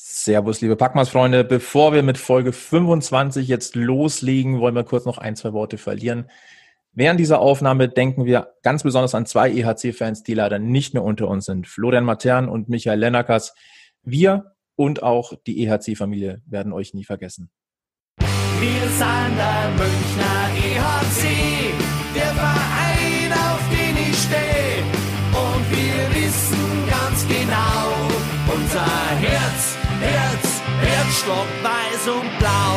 Servus, liebe Packmas-Freunde. Bevor wir mit Folge 25 jetzt loslegen, wollen wir kurz noch ein, zwei Worte verlieren. Während dieser Aufnahme denken wir ganz besonders an zwei EHC-Fans, die leider nicht mehr unter uns sind. Florian Matern und Michael Lennerkas. Wir und auch die EHC-Familie werden euch nie vergessen. Wir sind der Münchner EHC, der Verein, auf den ich stehe. Und wir wissen ganz genau, unser Herzschlag weiß und blau.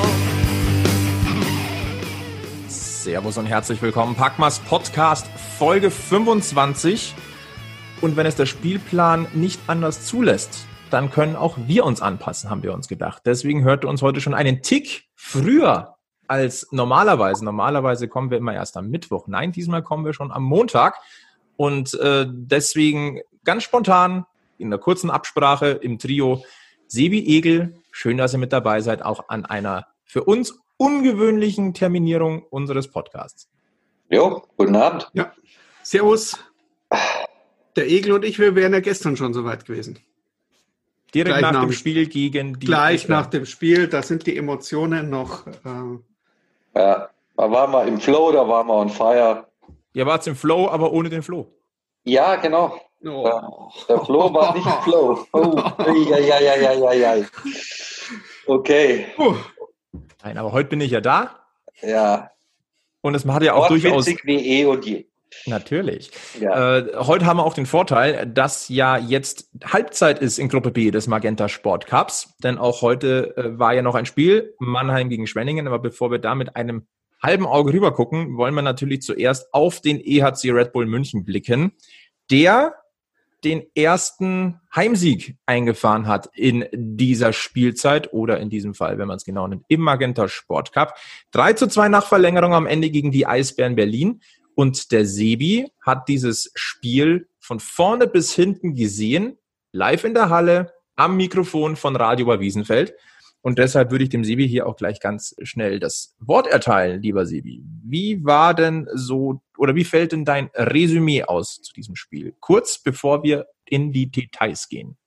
Servus und herzlich willkommen. Packmas Podcast Folge 25. Und wenn es der Spielplan nicht anders zulässt, dann können auch wir uns anpassen, haben wir uns gedacht. Deswegen hört ihr uns heute schon einen Tick früher als normalerweise. Normalerweise kommen wir immer erst am Mittwoch. Nein, diesmal kommen wir schon am Montag. Und deswegen ganz spontan, in einer kurzen Absprache im Trio, Sebi Egel, schön, dass ihr mit dabei seid, auch an einer für uns ungewöhnlichen Terminierung unseres Podcasts. Jo, guten Abend. Ja, servus. Der Egel und ich, wir wären ja gestern schon soweit gewesen. Direkt nach dem Spiel gegen die... Gleich nach dem Spiel, da sind die Emotionen noch... Ja, da waren wir im Flow, da waren wir on fire. Ihr wart im Flow, aber ohne den Flow. Ja, genau. Oh. Der Flow war nicht im Flow. Oh, ja. Okay. Nein, aber heute bin ich ja da. Ja. Und es hat ja auch durchaus... wie eh und je. Natürlich. Ja. Heute haben wir auch den Vorteil, dass ja jetzt Halbzeit ist in Gruppe B des Magenta Sport Cups. Denn auch heute war ja noch ein Spiel, Mannheim gegen Schwenningen. Aber bevor wir da mit einem halben Auge rüber gucken, wollen wir natürlich zuerst auf den EHC Red Bull München blicken, der den ersten Heimsieg eingefahren hat in dieser Spielzeit oder in diesem Fall, wenn man es genau nimmt, im Magenta Sport Cup. 3:2 nach Verlängerung am Ende gegen die Eisbären Berlin. Und der Sebi hat dieses Spiel von vorne bis hinten gesehen, live in der Halle, am Mikrofon von Radio Wiesenfeld. Und deshalb würde ich dem Sebi hier auch gleich ganz schnell das Wort erteilen, lieber Sebi. Wie war denn so, oder wie fällt denn dein Resümee aus zu diesem Spiel? Kurz bevor wir in die Details gehen.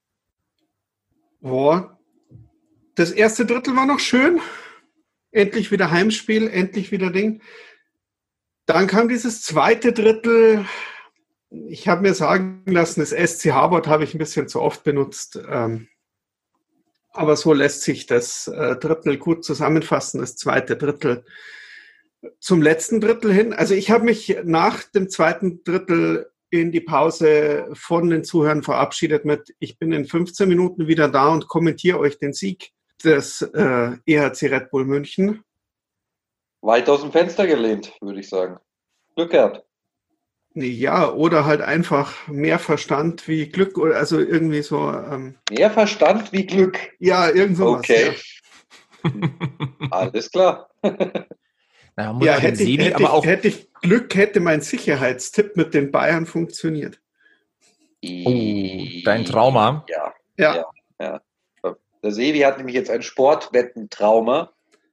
Boah. Das erste Drittel war noch schön. Endlich wieder Heimspiel, endlich wieder Ding. Dann kam dieses zweite Drittel. Ich habe mir sagen lassen, das SC Harvard habe ich ein bisschen zu oft benutzt. Aber so lässt sich das Drittel gut zusammenfassen, das zweite Drittel. Zum letzten Drittel hin. Also ich habe mich nach dem zweiten Drittel in die Pause von den Zuhörern verabschiedet mit, ich bin in 15 Minuten wieder da und kommentiere euch den Sieg des EHC Red Bull München. Weit aus dem Fenster gelehnt, würde ich sagen. Glück gehabt. Ja, oder halt einfach mehr Verstand wie Glück, oder also irgendwie so. Mehr Verstand wie Glück. Ja, irgend sowas. Okay. Ja. Alles klar. Naja, Ja, hätte ich Glück, hätte mein Sicherheitstipp mit den Bayern funktioniert. Oh, dein Trauma. Ja. Der Sebi hat nämlich jetzt ein Sportwettentrauma.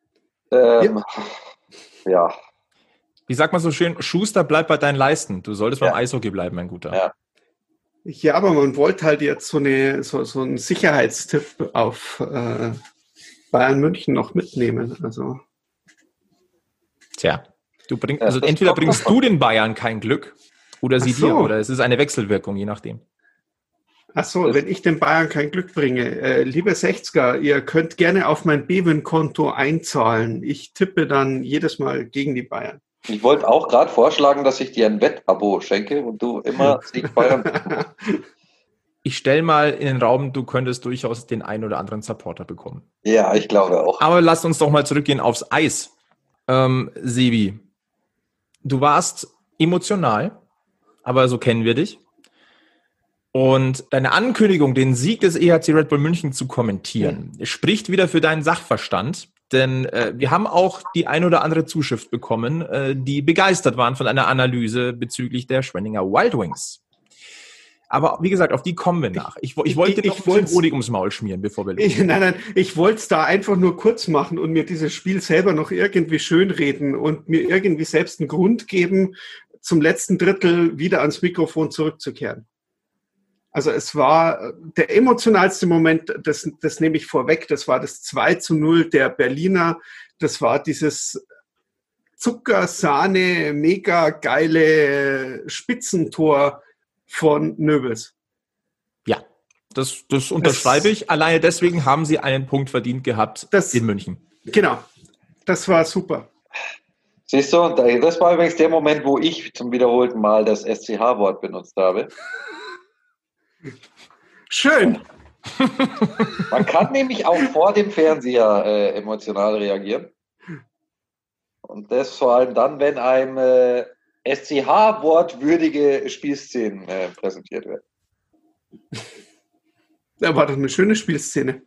Ja. Wie sagt man so schön, Schuster, bleib bei deinen Leisten. Du solltest beim Eishockey bleiben, mein Guter. Ja. Ja, aber man wollte halt jetzt so einen Sicherheitstipp auf Bayern München noch mitnehmen. Also. Tja, entweder bringst du den Bayern kein Glück oder sie dir, oder es ist eine Wechselwirkung, je nachdem. Ach so, wenn ich den Bayern kein Glück bringe. Liebe 60er, ihr könnt gerne auf mein Bwin-Konto einzahlen. Ich tippe dann jedes Mal gegen die Bayern. Ich wollte auch gerade vorschlagen, dass ich dir ein Wettabo schenke und du immer Sieg Bayern. Ich stelle mal in den Raum, du könntest durchaus den einen oder anderen Supporter bekommen. Ja, ich glaube auch. Aber lasst uns doch mal zurückgehen aufs Eis. Sebi, du warst emotional, aber so kennen wir dich. Und deine Ankündigung, den Sieg des EHC Red Bull München zu kommentieren, spricht wieder für deinen Sachverstand. Denn wir haben auch die ein oder andere Zuschrift bekommen, die begeistert waren von einer Analyse bezüglich der Schwenninger Wild Wings. Aber wie gesagt, auf die kommen wir nach. Ich wollte dir noch Honig ums Maul schmieren, bevor wir loslegen. Nein, ich wollte es da einfach nur kurz machen und mir dieses Spiel selber noch irgendwie schönreden und mir irgendwie selbst einen Grund geben, zum letzten Drittel wieder ans Mikrofon zurückzukehren. Also es war der emotionalste Moment, das nehme ich vorweg, das war das 2:0 der Berliner. Das war dieses Zuckersahne, mega geile Spitzentor von Nöbels. Ja, das unterschreibe ich. Alleine deswegen haben sie einen Punkt verdient gehabt in München. Genau, das war super. Siehst du, das war übrigens der Moment, wo ich zum wiederholten Mal das SCH-Wort benutzt habe. Schön. Man kann nämlich auch vor dem Fernseher emotional reagieren. Und das vor allem dann, wenn einem SCH-Wort würdige Spielszenen präsentiert werden. Da war doch eine schöne Spielszene.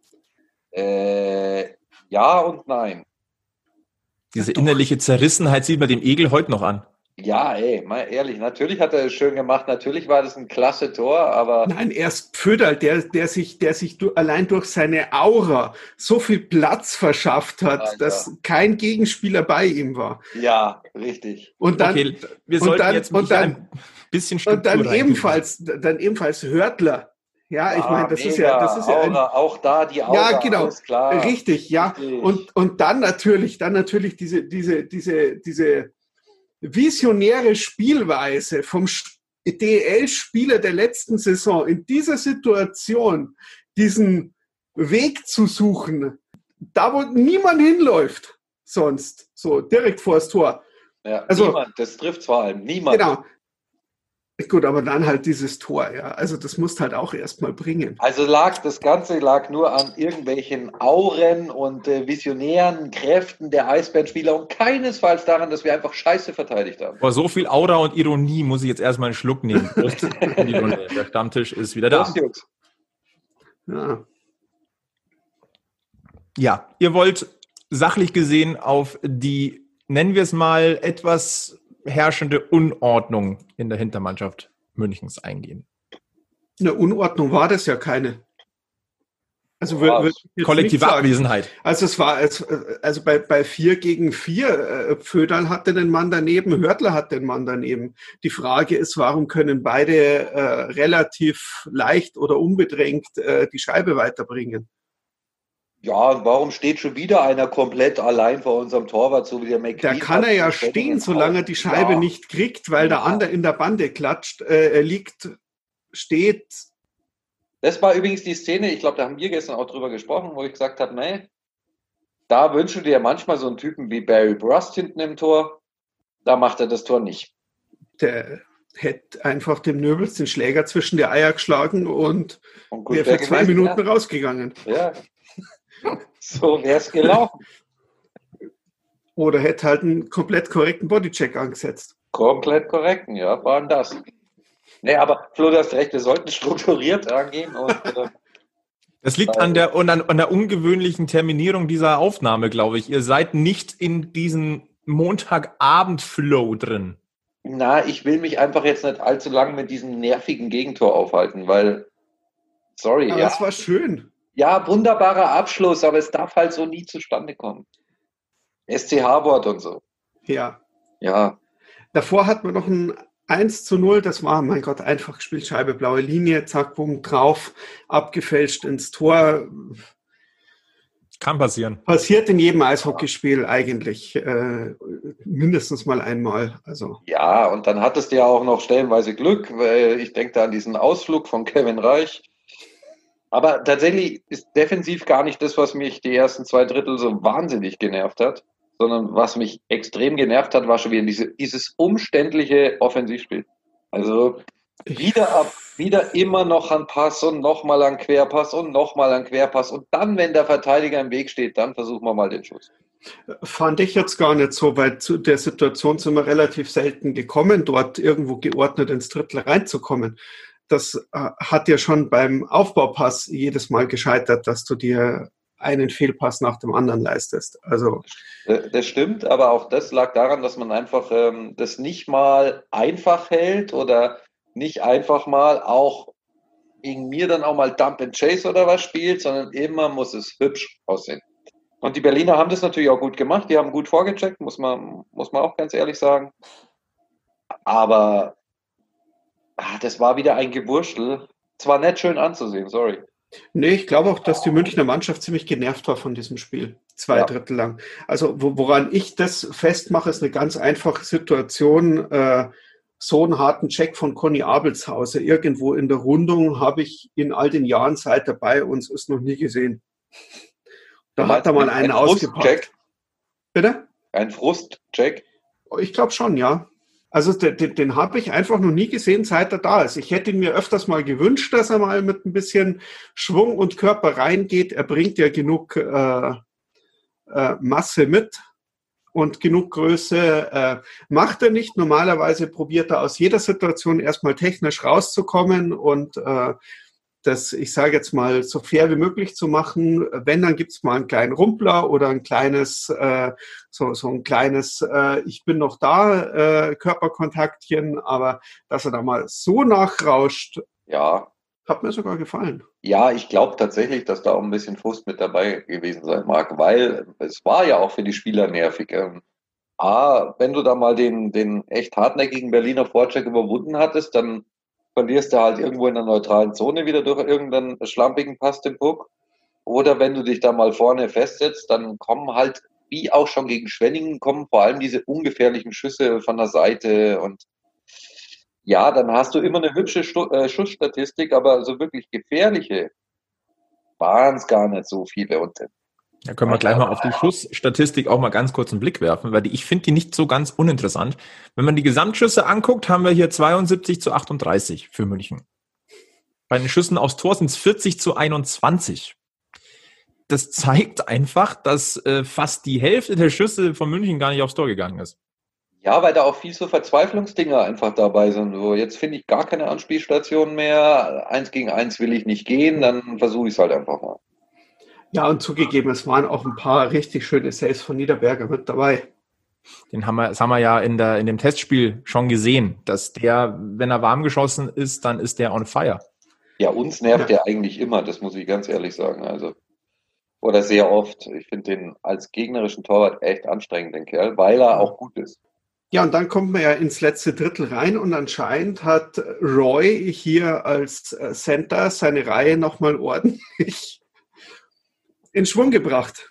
Ja und nein. Diese innerliche Zerrissenheit sieht man dem Egel heute noch an. Ja, ey, mal ehrlich, natürlich hat er es schön gemacht, natürlich war das ein klasse Tor, aber... Nein, erst Pföderl, der sich allein durch seine Aura so viel Platz verschafft hat, Alter, dass kein Gegenspieler bei ihm war. Ja, richtig. Und dann, okay, wir sollten jetzt ein bisschen Struktur und dann ebenfalls Hörtler. Ja, ich meine, das ist ja Aura, auch da die Aura, ja, genau, alles klar. Richtig, ja. Richtig. Und dann natürlich diese visionäre Spielweise vom DEL-Spieler der letzten Saison in dieser Situation diesen Weg zu suchen, da wo niemand hinläuft, sonst so direkt vor das Tor. Ja, also, niemand, das trifft vor allem niemand. Genau. Gut, aber dann halt dieses Tor, ja. Also das musst halt auch erstmal bringen. Also das Ganze lag nur an irgendwelchen Auren und visionären Kräften der Eisbärenspieler und keinesfalls daran, dass wir einfach scheiße verteidigt haben. Vor so viel Aura und Ironie muss ich jetzt erstmal einen Schluck nehmen. Der Stammtisch ist wieder da. Ja. Ja, ihr wollt sachlich gesehen auf die, nennen wir es mal, etwas herrschende Unordnung in der Hintermannschaft Münchens eingehen. Eine Unordnung war das ja keine. Also kollektive Abwesenheit. Also es war bei 4-4, Pföderl hatte den Mann daneben, Hörtler hat den Mann daneben. Die Frage ist, warum können beide relativ leicht oder unbedrängt die Scheibe weiterbringen? Ja, und warum steht schon wieder einer komplett allein vor unserem Torwart, so wie der McQueen? Da kann er ja stehen, solange er die Scheibe nicht kriegt, weil der andere in der Bande klatscht, steht. Das war übrigens die Szene, ich glaube, da haben wir gestern auch drüber gesprochen, wo ich gesagt habe, nee, da wünschst du dir manchmal so einen Typen wie Barry Brust hinten im Tor, da macht er das Tor nicht. Der hätte einfach dem Nöbels den Schläger zwischen die Eier geschlagen und wäre für 2 Minuten rausgegangen. Ja. So wäre es gelaufen. Oder hätte halt einen komplett korrekten Bodycheck angesetzt. Komplett korrekten, ja, war denn das. Nee, aber Flo, du hast recht, wir sollten strukturiert rangehen. Das liegt an der ungewöhnlichen Terminierung dieser Aufnahme, glaube ich. Ihr seid nicht in diesem Montagabend-Flow drin. Na, ich will mich einfach jetzt nicht allzu lange mit diesem nervigen Gegentor aufhalten, weil, sorry. Aber das war schön. Ja, wunderbarer Abschluss, aber es darf halt so nie zustande kommen. SCH-Wort und so. Ja. Ja. Davor hatten wir noch ein 1:0, das war, mein Gott, einfach gespielt, Scheibe, blaue Linie, zack, bumm, drauf, abgefälscht ins Tor. Kann passieren. Passiert in jedem Eishockeyspiel eigentlich mindestens mal einmal. Also. Ja, und dann hattest du ja auch noch stellenweise Glück, weil ich denke da an diesen Ausflug von Kevin Reich. Aber tatsächlich ist defensiv gar nicht das, was mich die ersten 2 Drittel so wahnsinnig genervt hat, sondern was mich extrem genervt hat, war schon wieder dieses umständliche Offensivspiel. Also wieder immer noch ein Pass und nochmal ein Querpass und nochmal ein Querpass. Und dann, wenn der Verteidiger im Weg steht, dann versuchen wir mal den Schuss. Fand ich jetzt gar nicht so, weil zu der Situation sind wir relativ selten gekommen, dort irgendwo geordnet ins Drittel reinzukommen. Das hat ja schon beim Aufbaupass jedes Mal gescheitert, dass du dir einen Fehlpass nach dem anderen leistest. Also das stimmt, aber auch das lag daran, dass man einfach das nicht mal einfach hält oder nicht einfach mal auch gegen mir dann auch mal Dump and Chase oder was spielt, sondern immer muss es hübsch aussehen. Und die Berliner haben das natürlich auch gut gemacht, die haben gut vorgecheckt, muss man auch ganz ehrlich sagen. Aber das war wieder ein Gewurschtel. Es war nicht schön anzusehen, sorry. Nee, ich glaube auch, dass die Münchner Mannschaft ziemlich genervt war von diesem Spiel. 2 Ja. Drittel lang. Also woran ich das festmache, ist eine ganz einfache Situation. So einen harten Check von Conny Abelshauser irgendwo in der Rundung habe ich in all den Jahren, seit er bei uns ist, noch nie gesehen. Da hat er mal einen ausgepackt. Frustcheck? Bitte? Ein Frustcheck? Ich glaube schon, ja. Also den habe ich einfach noch nie gesehen, seit er da ist. Ich hätte ihn mir öfters mal gewünscht, dass er mal mit ein bisschen Schwung und Körper reingeht. Er bringt ja genug Masse mit und genug Größe. Macht er nicht. Normalerweise probiert er aus jeder Situation erstmal technisch rauszukommen und das, ich sage jetzt mal, so fair wie möglich zu machen. Wenn, dann gibt's mal einen kleinen Rumpler oder ein kleines, so ein kleines, ich bin noch da, Körperkontaktchen, aber dass er da mal so nachrauscht, Ja. hat mir sogar gefallen. Ja, ich glaube tatsächlich, dass da auch ein bisschen Frust mit dabei gewesen sein mag, weil es war ja auch für die Spieler nervig. Wenn du da mal den echt hartnäckigen Berliner Vorcheck überwunden hattest, dann verlierst du halt irgendwo in der neutralen Zone wieder durch irgendeinen schlampigen Pass den Puck. Oder wenn du dich da mal vorne festsetzt, dann kommen halt, wie auch schon gegen Schwenningen, kommen vor allem diese ungefährlichen Schüsse von der Seite. Und ja, dann hast du immer eine hübsche Schussstatistik, aber so wirklich gefährliche waren es gar nicht so viele. Und Da können wir gleich mal auf die Schussstatistik auch mal ganz kurz einen Blick werfen, weil ich finde die nicht so ganz uninteressant. Wenn man die Gesamtschüsse anguckt, haben wir hier 72-38 für München. Bei den Schüssen aufs Tor sind es 40-21. Das zeigt einfach, dass fast die Hälfte der Schüsse von München gar nicht aufs Tor gegangen ist. ja, weil da auch viel so Verzweiflungsdinger einfach dabei sind. So, jetzt finde ich gar keine Anspielstation mehr. 1 gegen 1 will ich nicht gehen, dann versuche ich es halt einfach mal. Ja, und zugegeben, es waren auch ein paar richtig schöne Saves von Niederberger mit dabei. Das haben wir ja in dem Testspiel schon gesehen, dass der, wenn er warm geschossen ist, dann ist der on fire. Ja, uns nervt der eigentlich immer, das muss ich ganz ehrlich sagen. Also, oder sehr oft. Ich finde den als gegnerischen Torwart echt anstrengend, den Kerl, weil er auch gut ist. Ja, und dann kommt man ja ins letzte Drittel rein und anscheinend hat Roy hier als Center seine Reihe nochmal ordentlich in Schwung gebracht.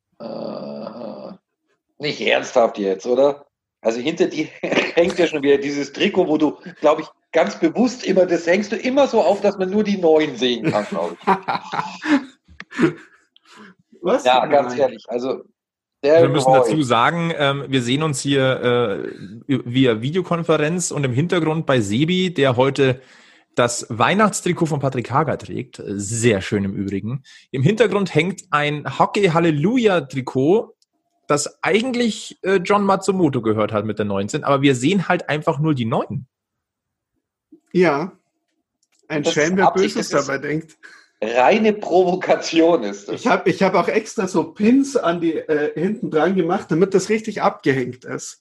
Nicht ernsthaft jetzt, oder? Also hinter dir hängt ja schon wieder dieses Trikot, wo du, glaube ich, ganz bewusst immer, das hängst du immer so auf, dass man nur die Neuen sehen kann, glaube ich. Was? Ja, ganz ehrlich, also Wir müssen dazu sagen, wir sehen uns hier via Videokonferenz und im Hintergrund bei Sebi, der heute das Weihnachtstrikot von Patrick Hager trägt. Sehr schön im Übrigen. Im Hintergrund hängt ein Hockey-Halleluja-Trikot, das eigentlich John Matsumoto gehört hat mit der 19, aber wir sehen halt einfach nur die 9. Ja, ein Das Schelm, ist wer Absicht, Böses das ist- dabei denkt. Reine Provokation ist das. Ich hab auch extra so Pins an die hinten dran gemacht, damit das richtig abgehängt ist.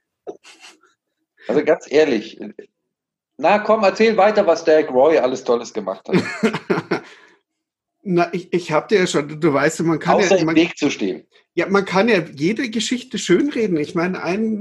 Also ganz ehrlich. Na komm, erzähl weiter, was Derek Roy alles Tolles gemacht hat. Na, ich hab dir ja schon, du weißt, man kann Außer im man, Weg zu stehen. ja, man kann ja jede Geschichte schönreden. Ich meine,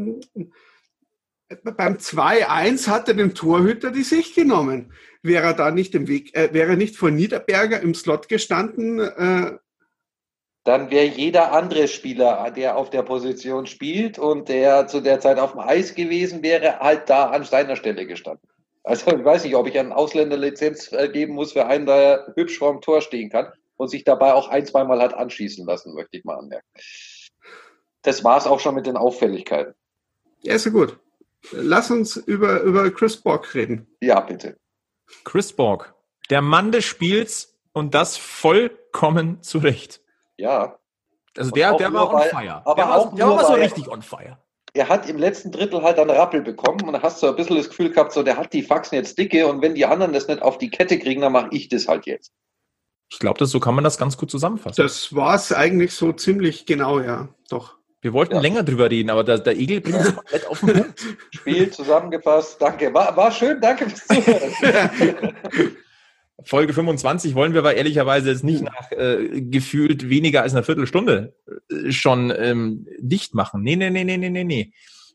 beim 2-1 hat er dem Torhüter die Sicht genommen. Wäre er da nicht im Weg, wäre er nicht vor Niederberger im Slot gestanden, Dann wäre jeder andere Spieler, der auf der Position spielt und der zu der Zeit auf dem Eis gewesen wäre, halt da an seiner Stelle gestanden. Also ich weiß nicht, ob ich eine Ausländerlizenz geben muss für einen, der hübsch vorm Tor stehen kann und sich dabei auch 1-2 Mal hat anschießen lassen, möchte ich mal anmerken. Das war es auch schon mit den Auffälligkeiten. ja, ist ja gut. Lass uns über Chris Bock reden. Ja, bitte. Chris Borg, der Mann des Spiels und das vollkommen zu Recht. Ja. Also Und der auch war nur on weil- fire. aber der auch war nur so weil- richtig on fire. Er hat im letzten Drittel halt einen Rappel bekommen und da hast du ein bisschen das Gefühl gehabt, so der hat die Faxen jetzt dicke und wenn die anderen das nicht auf die Kette kriegen, dann mache ich das halt jetzt. Ich glaube, so kann man das ganz gut zusammenfassen. Das war es eigentlich so ziemlich genau, ja, doch. Wir wollten Ja. länger drüber reden, aber der Egel bringt es komplett auf den Punkt. Spiel zusammengefasst, danke. War schön, danke fürs Zuhören. Folge 25 wollen wir aber ehrlicherweise jetzt nicht nach gefühlt weniger als einer Viertelstunde schon dicht machen. Nee.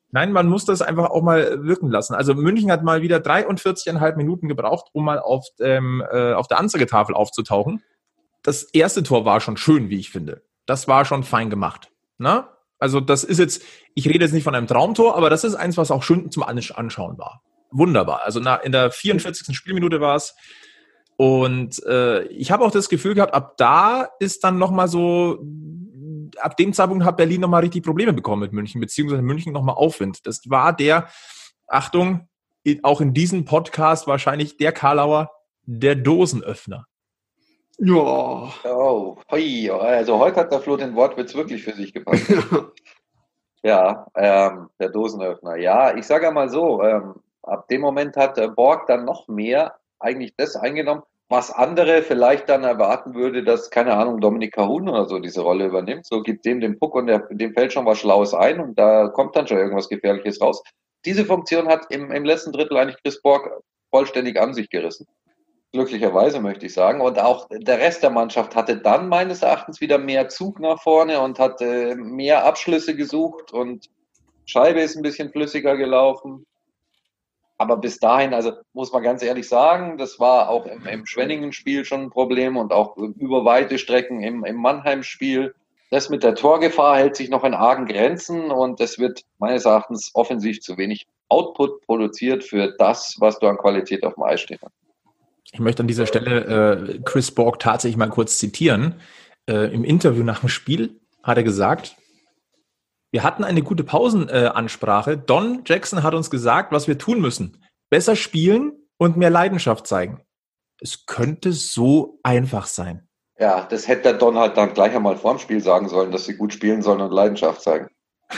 Nein, man muss das einfach auch mal wirken lassen. Also München hat mal wieder 43,5 Minuten gebraucht, um mal auf der Anzeigetafel aufzutauchen. Das erste Tor war schon schön, wie ich finde. Das war schon fein gemacht. Na? Also das ist jetzt, ich rede jetzt nicht von einem Traumtor, aber das ist eins, was auch schön zum Anschauen war. Wunderbar. Also in der 44. Spielminute war es. Und ich habe auch das Gefühl gehabt, ab da ist dann nochmal so, ab dem Zeitpunkt hat Berlin nochmal richtig Probleme bekommen mit München, beziehungsweise München nochmal Aufwind. Das war Achtung, auch in diesem Podcast wahrscheinlich der Karlauer, der Dosenöffner. Ja. Oh, hoi, also heute hat der Flo den Wortwitz wirklich für sich gepackt. Ja, der Dosenöffner. Ja, ich sage ja mal so, ab dem Moment hat Borg dann noch mehr eigentlich das eingenommen, was andere vielleicht dann erwarten würde, dass, keine Ahnung, Dominik Kahun oder so diese Rolle übernimmt. So gibt dem den Puck und dem fällt schon was Schlaues ein und da kommt dann schon irgendwas Gefährliches raus. Diese Funktion hat im letzten Drittel eigentlich Chris Borg vollständig an sich gerissen. Glücklicherweise möchte ich sagen. Und auch der Rest der Mannschaft hatte dann meines Erachtens wieder mehr Zug nach vorne und hat mehr Abschlüsse gesucht und Scheibe ist ein bisschen flüssiger gelaufen. Aber bis dahin, also muss man ganz ehrlich sagen, das war auch im Schwenningen-Spiel schon ein Problem und auch über weite Strecken im Mannheim-Spiel. Das mit der Torgefahr hält sich noch in argen Grenzen und es wird meines Erachtens offensiv zu wenig Output produziert für das, was du an Qualität auf dem Eis stehen hast. Ich möchte an dieser Stelle Chris Borg tatsächlich mal kurz zitieren. Im Interview nach dem Spiel hat er gesagt, wir hatten eine gute Pausenansprache. Don Jackson hat uns gesagt, was wir tun müssen. Besser spielen und mehr Leidenschaft zeigen. Es könnte so einfach sein. Ja, das hätte der Don halt dann gleich einmal vorm Spiel sagen sollen, dass sie gut spielen sollen und Leidenschaft zeigen.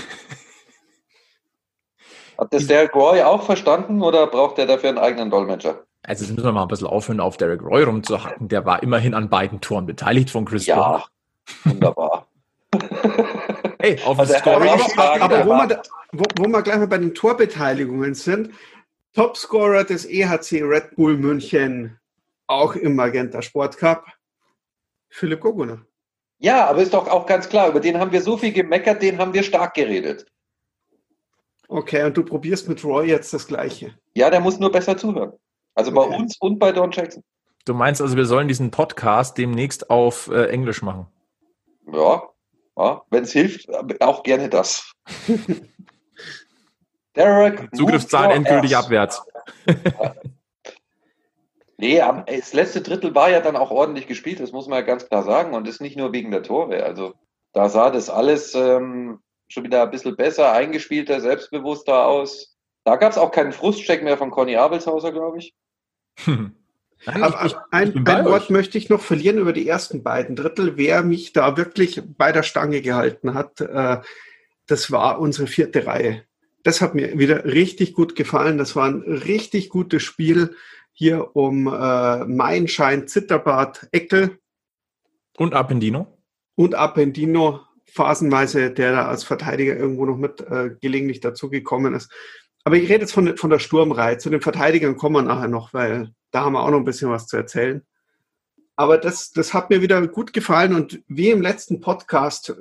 Hat das Derek Roy auch verstanden oder braucht er dafür einen eigenen Dolmetscher? Also jetzt müssen wir mal ein bisschen aufhören, auf Derek Roy rumzuhacken. Der war immerhin an beiden Toren beteiligt von Chris Borg. Ja, wunderbar. Hey, auf Also das Story. Aber wo wir gleich mal bei den Torbeteiligungen sind, Topscorer des EHC Red Bull München, auch im Magenta Sport Cup, Philipp Goguner. Ja, aber ist doch auch ganz klar, über den haben wir so viel gemeckert, den haben wir stark geredet. Okay, und du probierst mit Roy jetzt das Gleiche. Ja, der muss nur besser zuhören. Also bei uns und bei Don Jackson. Du meinst also, wir sollen diesen Podcast demnächst auf Englisch machen? Ja, wenn es hilft, auch gerne das. Derek, Zugriffszahlen endgültig abwärts. Nee, das letzte Drittel war ja dann auch ordentlich gespielt, das muss man ja ganz klar sagen. Und das nicht nur wegen der Tore. Also da sah das alles schon wieder ein bisschen besser, eingespielter, selbstbewusster aus. Da gab es auch keinen Frustcheck mehr von Conny Abelshauser, glaube ich. Nein, ein Wort möchte ich noch verlieren über die ersten beiden Drittel. Wer mich da wirklich bei der Stange gehalten hat, das war unsere vierte Reihe. Das hat mir wieder richtig gut gefallen. Das war ein richtig gutes Spiel hier um Maienschein, Zitterbad, Eckel. Und Appendino. Und Appendino, phasenweise, der da als Verteidiger irgendwo noch mit gelegentlich dazugekommen ist. Aber ich rede jetzt von der Sturmreihe. Zu den Verteidigern kommen wir nachher noch, weil da haben wir auch noch ein bisschen was zu erzählen. Aber das hat mir wieder gut gefallen und wie im letzten Podcast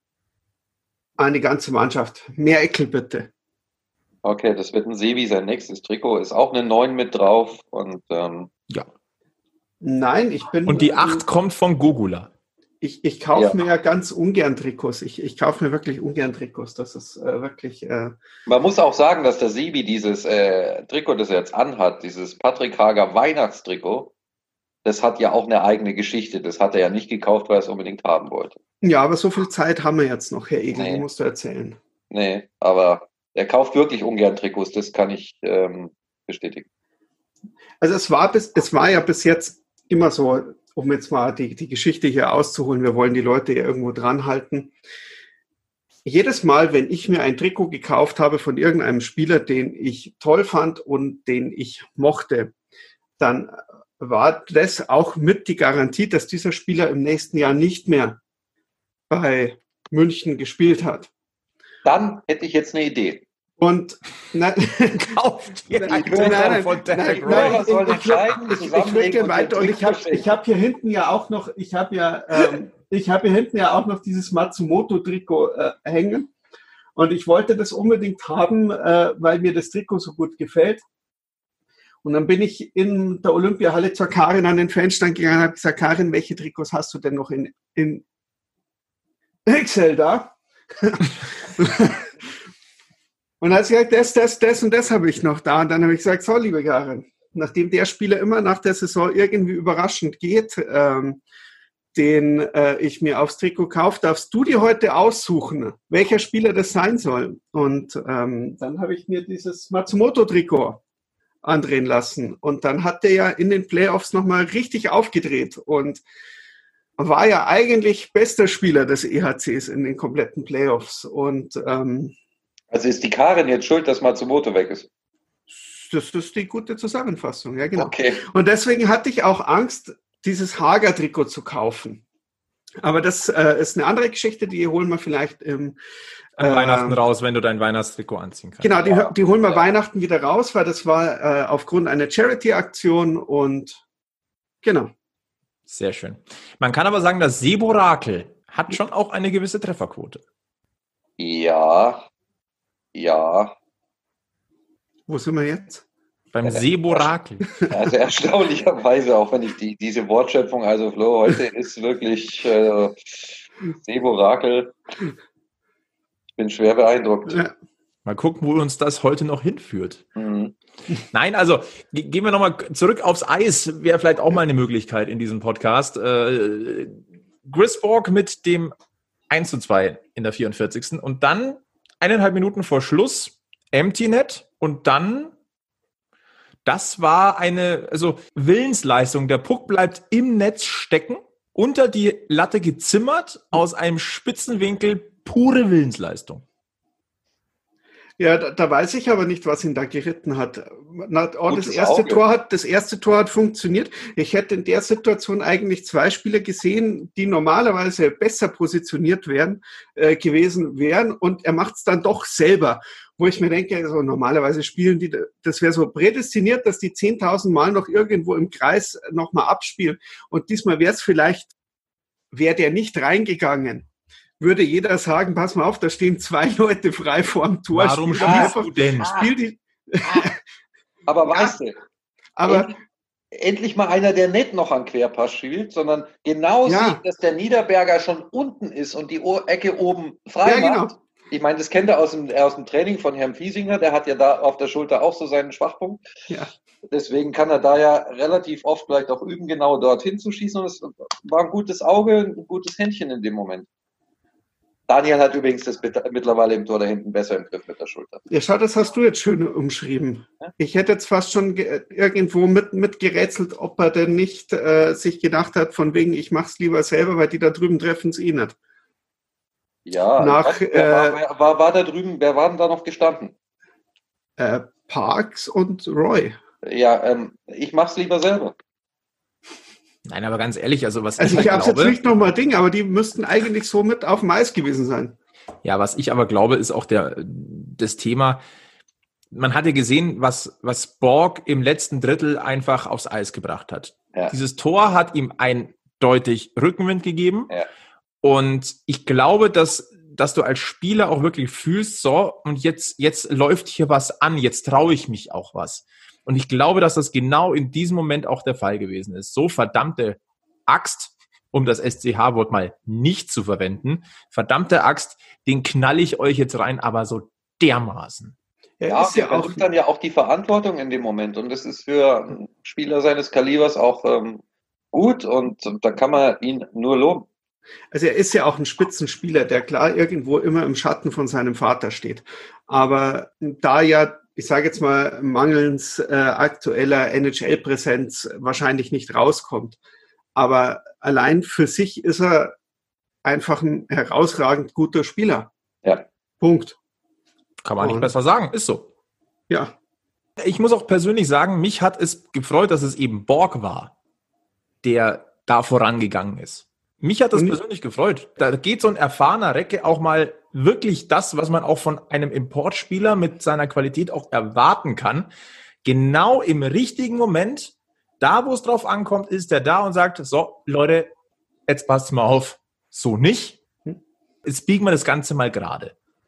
eine ganze Mannschaft. Mehr Eckel bitte. Okay, das wird ein Sebi, sein nächstes Trikot. Ist auch eine 9 mit drauf. Und ja. Nein, ich bin... Und die 8 kommt von Gogula. Ich kaufe mir ja ganz ungern Trikots. Ich kaufe mir wirklich ungern Trikots. Das ist wirklich... Man muss auch sagen, dass der Sebi dieses Trikot, das er jetzt anhat, dieses Patrick Hager Weihnachtstrikot, das hat ja auch eine eigene Geschichte. Das hat er ja nicht gekauft, weil er es unbedingt haben wollte. Ja, aber so viel Zeit haben wir jetzt noch, Herr Egel, Nee. musst du erzählen. Nee, aber er kauft wirklich ungern Trikots. Das kann ich bestätigen. Also es war ja bis jetzt immer so, um jetzt mal die Geschichte hier auszuholen, wir wollen die Leute ja irgendwo dran halten. Jedes Mal, wenn ich mir ein Trikot gekauft habe von irgendeinem Spieler, den ich toll fand und den ich mochte, dann war das auch mit die Garantie, dass dieser Spieler im nächsten Jahr nicht mehr bei München gespielt hat. Dann hätte ich jetzt eine Idee. Und nein, Kauft ihr Nein, ein Trikot von Derek Roy. Hörer sollen entscheiden, ich zusammenlegen würde gerne und weiter und den Trick ich habe hier hinten ja auch noch, ich habe hier hinten ja auch noch dieses Matsumoto-Trikot hängen Und ich wollte das unbedingt haben, weil mir das Trikot so gut gefällt. Und dann bin ich in der Olympiahalle zur Karin an den Fanstand gegangen und habe gesagt, Karin, welche Trikots hast du denn noch in XL da? Und dann hat sie gesagt, das und das habe ich noch da. Und dann habe ich gesagt, so, liebe Karin, nachdem der Spieler immer nach der Saison irgendwie überraschend geht, den ich mir aufs Trikot kaufe, darfst du dir heute aussuchen, welcher Spieler das sein soll. Und dann habe ich mir dieses Matsumoto-Trikot andrehen lassen. Und dann hat der ja in den Playoffs nochmal richtig aufgedreht und war ja eigentlich bester Spieler des EHCs in den kompletten Playoffs. Und also ist die Karin jetzt schuld, dass Matsumoto weg ist? Das ist die gute Zusammenfassung, ja genau. Okay. Und deswegen hatte ich auch Angst, dieses Hager-Trikot zu kaufen. Aber das ist eine andere Geschichte, die holen wir vielleicht an Weihnachten raus, wenn du dein Weihnachtstrikot anziehen kannst. Genau, die holen wir Weihnachten wieder raus, weil das war aufgrund einer Charity-Aktion und genau. Sehr schön. Man kann aber sagen, das Seborakel hat schon auch eine gewisse Trefferquote. Ja. Wo sind wir jetzt? Beim Seborakel. Also erstaunlicherweise, auch wenn ich diese Wortschöpfung, also Flo, heute ist wirklich Seborakel. Ich bin schwer beeindruckt. Ja. Mal gucken, wo uns das heute noch hinführt. Mhm. Nein, also gehen wir nochmal zurück aufs Eis. Wäre vielleicht auch mal eine Möglichkeit in diesem Podcast. Chris Borg mit dem 1:2 in der 44. Und dann 1,5 Minuten vor Schluss Empty Net und dann, das war eine Willensleistung. Der Puck bleibt im Netz stecken, unter die Latte gezimmert, aus einem Spitzenwinkel, pure Willensleistung. Ja, da weiß ich aber nicht, was ihn da geritten hat. Das erste Tor hat funktioniert. Ich hätte in der Situation eigentlich 2 Spieler gesehen, die normalerweise besser positioniert gewesen wären und er macht es dann doch selber. Wo ich mir denke, also normalerweise spielen die, das wäre so prädestiniert, dass die 10.000 Mal noch irgendwo im Kreis nochmal abspielen. Und diesmal wäre der nicht reingegangen, würde jeder sagen, pass mal auf, da stehen 2 Leute frei vor dem Tor. Warum spielst du denn? Aber weißt du, aber endlich mal einer, der nicht noch an Querpass spielt, sondern genau sieht, dass der Niederberger schon unten ist und die Ecke oben frei macht. Genau. Ich meine, das kennt er aus dem Training von Herrn Fiesinger, der hat ja da auf der Schulter auch so seinen Schwachpunkt. Ja. Deswegen kann er da ja relativ oft vielleicht auch üben, genau dorthin zu schießen. Und es war ein gutes Auge, ein gutes Händchen in dem Moment. Daniel hat übrigens das mittlerweile im Tor da hinten besser im Griff mit der Schulter. Ja, schau, das hast du jetzt schön umschrieben. Ja? Ich hätte jetzt fast schon irgendwo mitgerätselt, ob er denn nicht sich gedacht hat, von wegen, ich mach's lieber selber, weil die da drüben treffen es eh nicht. Ja, wer war da drüben, wer war denn da noch gestanden? Parks und Roy. Ja, ich mach's lieber selber. Nein, aber ganz ehrlich, also was ich habe jetzt nicht nochmal Ding, aber die müssten eigentlich so mit auf dem Eis gewesen sein. Ja, was ich aber glaube, ist auch das Thema, man hatte gesehen, was Borg im letzten Drittel einfach aufs Eis gebracht hat. Ja. Dieses Tor hat ihm eindeutig Rückenwind gegeben. Ja. Und ich glaube, dass du als Spieler auch wirklich fühlst, so, und jetzt läuft hier was an, jetzt traue ich mich auch was. Und ich glaube, dass das genau in diesem Moment auch der Fall gewesen ist. So verdammte Axt, um das SCH-Wort mal nicht zu verwenden, verdammte Axt, den knall ich euch jetzt rein, aber so dermaßen. Ja, er nimmt dann ja auch die Verantwortung in dem Moment. Und das ist für einen Spieler seines Kalibers auch gut und da kann man ihn nur loben. Also er ist ja auch ein Spitzenspieler, der klar irgendwo immer im Schatten von seinem Vater steht. Aber da ja, ich sage jetzt mal, mangels aktueller NHL-Präsenz wahrscheinlich nicht rauskommt. Aber allein für sich ist er einfach ein herausragend guter Spieler. Ja. Punkt. Kann man nicht besser sagen, ist so. Ja. Ich muss auch persönlich sagen, mich hat es gefreut, dass es eben Borg war, der da vorangegangen ist. Mich hat das persönlich gefreut. Da geht so ein erfahrener Recke auch mal wirklich das, was man auch von einem Importspieler mit seiner Qualität auch erwarten kann. Genau im richtigen Moment, da wo es drauf ankommt, ist er da und sagt, so Leute, jetzt passt mal auf, so nicht. Jetzt biegen wir das Ganze mal gerade.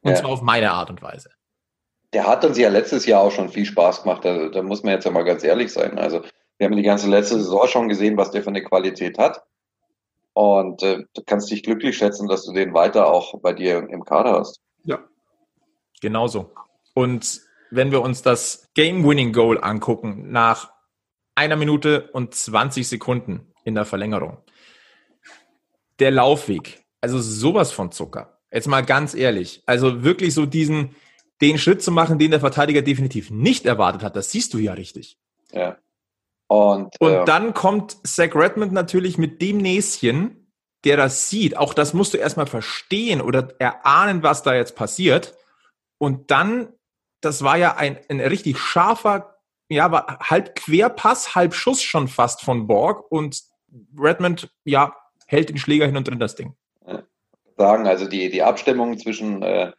Und zwar auf meine Art und Weise. Der hat uns ja letztes Jahr auch schon viel Spaß gemacht. Da muss man jetzt ja mal ganz ehrlich sein. Also wir haben die ganze letzte Saison schon gesehen, was der für eine Qualität hat. Und du kannst dich glücklich schätzen, dass du den weiter auch bei dir im Kader hast. Ja. Genauso. Und wenn wir uns das Game-Winning-Goal angucken, nach 1 Minute und 20 Sekunden in der Verlängerung. Der Laufweg, also sowas von Zucker. Jetzt mal ganz ehrlich, also wirklich so den Schritt zu machen, den der Verteidiger definitiv nicht erwartet hat, das siehst du ja richtig. Ja. Und dann kommt Zach Redmond natürlich mit dem Näschen, der das sieht. Auch das musst du erstmal verstehen oder erahnen, was da jetzt passiert. Und dann, das war ja ein richtig scharfer, ja, war halb Querpass, halb Schuss schon fast von Borg. Und Redmond, ja, hält den Schläger hin und drin das Ding. Sagen, also die Abstimmung zwischen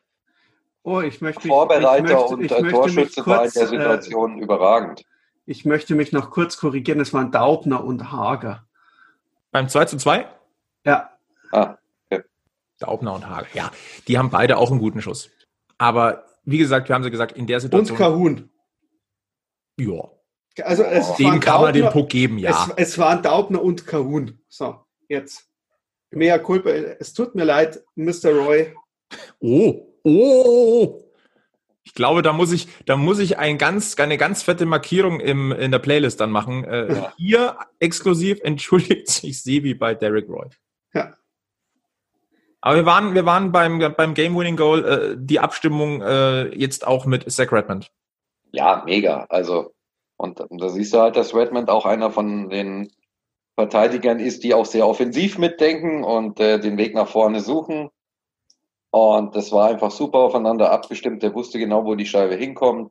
Vorbereiter und Torschütze war in der Situation überragend. Ich möchte mich noch kurz korrigieren, es waren Daubner und Hager. Beim 2:2? Ja. Okay. Daubner und Hager, ja. Die haben beide auch einen guten Schuss. Aber wie gesagt, wir haben sie gesagt, in der Situation... Und Kahun. Ja. Also dem kann man den Puck geben, ja. Es waren Daubner und Kahun. So, jetzt. Mea culpa. Es tut mir leid, Mr. Roy. Oh. Ich glaube, da muss ich eine ganz fette Markierung in der Playlist dann machen. Hier exklusiv entschuldigt sich Sebi bei Derek Roy. Ja. Aber wir waren beim Game-Winning-Goal, die Abstimmung jetzt auch mit Zach Redmond. Ja, mega. Also, und da siehst du halt, dass Redmond auch einer von den Verteidigern ist, die auch sehr offensiv mitdenken und den Weg nach vorne suchen. Und das war einfach super aufeinander abgestimmt. Der wusste genau, wo die Scheibe hinkommt.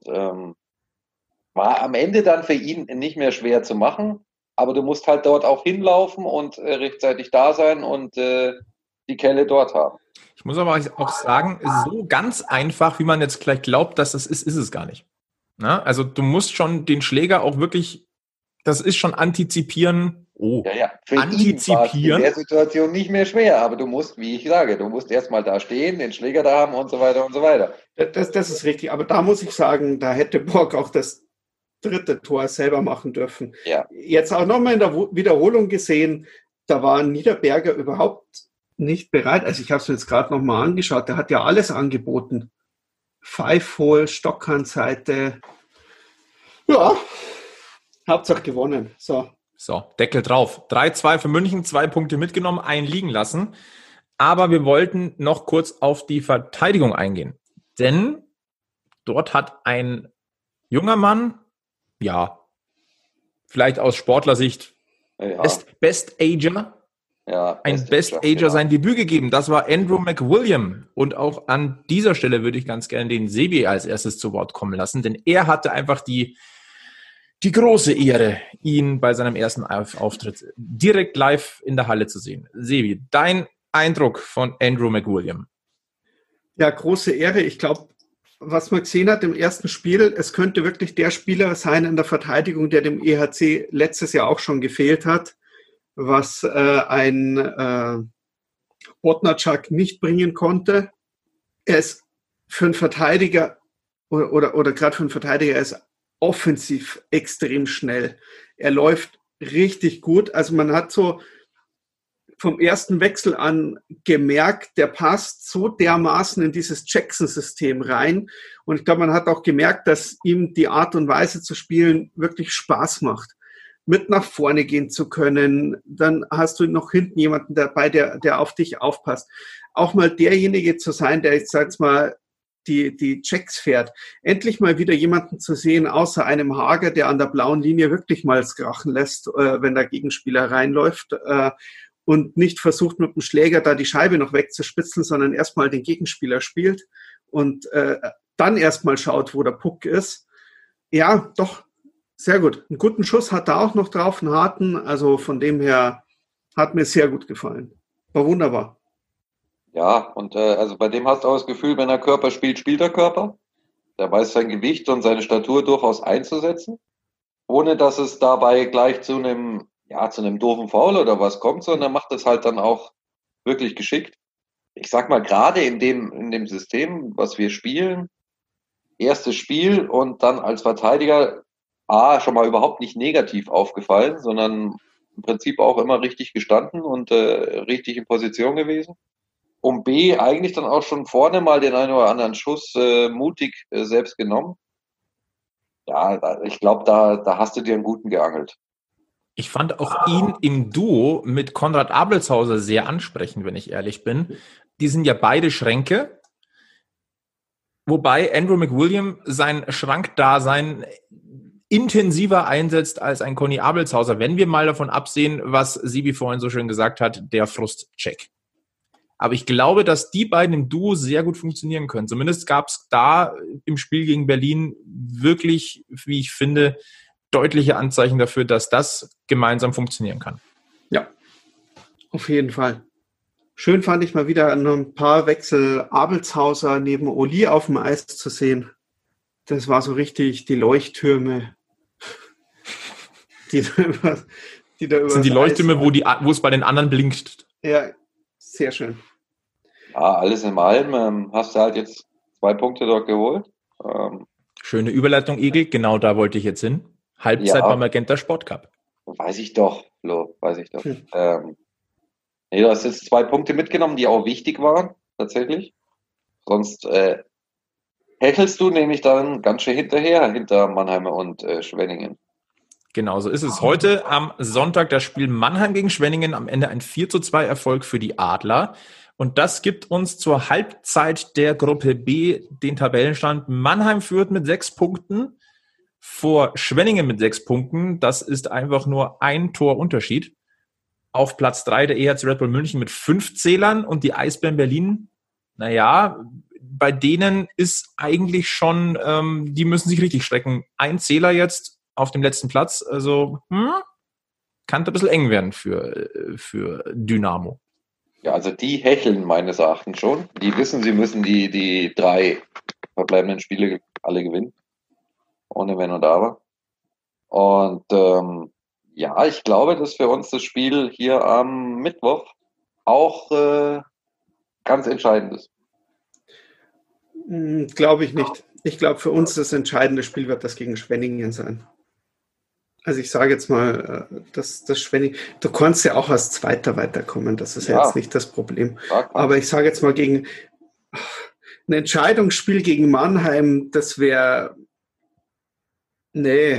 War am Ende dann für ihn nicht mehr schwer zu machen, aber du musst halt dort auch hinlaufen und rechtzeitig da sein und die Kelle dort haben. Ich muss aber auch sagen, so ganz einfach, wie man jetzt gleich glaubt, dass das ist es gar nicht. Na? Also du musst schon den Schläger auch wirklich, das ist schon antizipieren. Ja. Für antizipieren. Ihn war es in der Situation nicht mehr schwer, aber du musst, wie ich sage, du musst erstmal da stehen, den Schläger da haben und so weiter und so weiter. Das ist richtig, aber da muss ich sagen, da hätte Borg auch das 3. Tor selber machen dürfen. Ja. Jetzt auch nochmal in der Wiederholung gesehen, da war Niederberger überhaupt nicht bereit. Also ich habe es mir jetzt gerade nochmal angeschaut, der hat ja alles angeboten. Five-Hole, Stockhandseite. Ja, Hauptsache gewonnen. So, Deckel drauf. 3-2 für München, 2 Punkte mitgenommen, einen liegen lassen. Aber wir wollten noch kurz auf die Verteidigung eingehen. Denn dort hat ein junger Mann, ja, vielleicht aus Sportlersicht, Best-Ager, ein Best-Ager sein Debüt gegeben. Das war Andrew McWilliam. Und auch an dieser Stelle würde ich ganz gerne den Sebi als erstes zu Wort kommen lassen, denn er hatte einfach die große Ehre, ihn bei seinem ersten Auftritt direkt live in der Halle zu sehen. Sebi, dein Eindruck von Andrew McWilliam? Ja, große Ehre. Ich glaube, was man gesehen hat im ersten Spiel, es könnte wirklich der Spieler sein in der Verteidigung, der dem EHC letztes Jahr auch schon gefehlt hat, was ein Bodnarczak nicht bringen konnte. Er ist für einen Verteidiger oder gerade für einen Verteidiger, er ist offensiv extrem schnell. Er läuft richtig gut. Also man hat so vom ersten Wechsel an gemerkt, der passt so dermaßen in dieses Jackson-System rein. Und ich glaube, man hat auch gemerkt, dass ihm die Art und Weise zu spielen wirklich Spaß macht. Mit nach vorne gehen zu können, dann hast du noch hinten jemanden dabei, der auf dich aufpasst. Auch mal derjenige zu sein, der, ich sag's mal, die Checks fährt. Endlich mal wieder jemanden zu sehen, außer einem Hager, der an der blauen Linie wirklich mal es krachen lässt, wenn der Gegenspieler reinläuft und nicht versucht, mit dem Schläger da die Scheibe noch wegzuspitzeln, sondern erstmal den Gegenspieler spielt und dann erstmal schaut, wo der Puck ist. Ja, doch, sehr gut. Einen guten Schuss hat er auch noch drauf, einen harten. Also von dem her hat mir sehr gut gefallen. War wunderbar. Ja, und also bei dem hast du auch das Gefühl, wenn er Körper spielt, spielt er Körper. Der weiß sein Gewicht und seine Statur durchaus einzusetzen, ohne dass es dabei gleich zu einem doofen Foul oder was kommt, sondern er macht das halt dann auch wirklich geschickt. ich sag mal, gerade in dem System, was wir spielen, erstes Spiel und dann als Verteidiger schon mal überhaupt nicht negativ aufgefallen, sondern im Prinzip auch immer richtig gestanden und richtig in Position gewesen. Und B, eigentlich dann auch schon vorne mal den einen oder anderen Schuss mutig selbst genommen. Ja, ich glaube, da hast du dir einen guten geangelt. Ich fand auch ihn im Duo mit Konrad Abelshauser sehr ansprechend, wenn ich ehrlich bin. Die sind ja beide Schränke, wobei Andrew McWilliam sein Schrankdasein intensiver einsetzt als ein Conny Abelshauser, wenn wir mal davon absehen, was Sibi vorhin so schön gesagt hat, der Frustcheck. Aber ich glaube, dass die beiden im Duo sehr gut funktionieren können. Zumindest gab es da im Spiel gegen Berlin wirklich, wie ich finde, deutliche Anzeichen dafür, dass das gemeinsam funktionieren kann. Ja, auf jeden Fall. Schön fand ich mal wieder ein paar Wechsel Abelshauser neben Oli auf dem Eis zu sehen. Das war so richtig die Leuchttürme. Die da über das sind die Leuchttürme, wo es bei den anderen blinkt. Ja, sehr schön. Ja, alles in allem hast du halt jetzt 2 Punkte dort geholt. Schöne Überleitung, Egel. Genau da wollte ich jetzt hin. Halbzeit beim Magenta Sport Cup. Weiß ich doch, Flo, weiß ich doch. Nee, du hast jetzt 2 Punkte mitgenommen, die auch wichtig waren, tatsächlich. Sonst hechelst du nämlich dann ganz schön hinter Mannheim und Schwenningen. Genau, so ist es. Heute am Sonntag das Spiel Mannheim gegen Schwenningen. Am Ende ein 4:2 Erfolg für die Adler. Und das gibt uns zur Halbzeit der Gruppe B den Tabellenstand. Mannheim führt mit 6 Punkten vor Schwenningen mit 6 Punkten. Das ist einfach nur ein Torunterschied. Auf Platz 3 der EHC Red Bull München mit 5 Zählern und die Eisbären Berlin. Naja, bei denen ist eigentlich schon, die müssen sich richtig strecken. Ein Zähler jetzt auf dem letzten Platz. Also kann ein bisschen eng werden für Dynamo. Ja, also die hecheln meines Erachtens schon. Die wissen, sie müssen die 3 verbleibenden Spiele alle gewinnen. Ohne Wenn und Aber. Und ja, ich glaube, dass für uns das Spiel hier am Mittwoch auch ganz entscheidend ist. Glaube ich nicht. Ich glaube, für uns das entscheidende Spiel wird das gegen Schwenningen sein. Also ich sage jetzt mal, dass das Schwenningen, du kannst ja auch als Zweiter weiterkommen, das ist ja jetzt nicht das Problem. Aber ich sage jetzt mal gegen ein Entscheidungsspiel gegen Mannheim, das wäre, nee.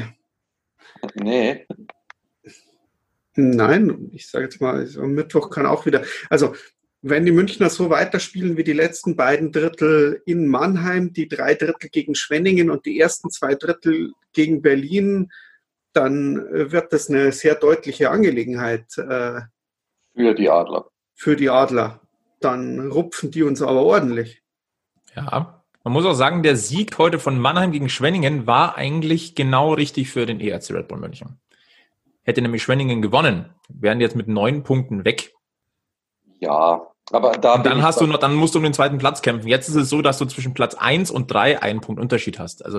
Nein, ich sage jetzt mal, am Mittwoch kann auch wieder, also wenn die Münchner so weiterspielen wie die letzten beiden Drittel in Mannheim, die 3 Drittel gegen Schwenningen und die ersten 2 Drittel gegen Berlin, dann wird das eine sehr deutliche Angelegenheit. Für die Adler. Für die Adler. Dann rupfen die uns aber ordentlich. Ja, man muss auch sagen, der Sieg heute von Mannheim gegen Schwenningen war eigentlich genau richtig für den EHC Red Bull München. Hätte nämlich Schwenningen gewonnen, wären jetzt mit 9 Punkten weg. Ja, aber dann musst du um den 2. Platz kämpfen. Jetzt ist es so, dass du zwischen Platz 1 und 3 einen Punkt Unterschied hast. Also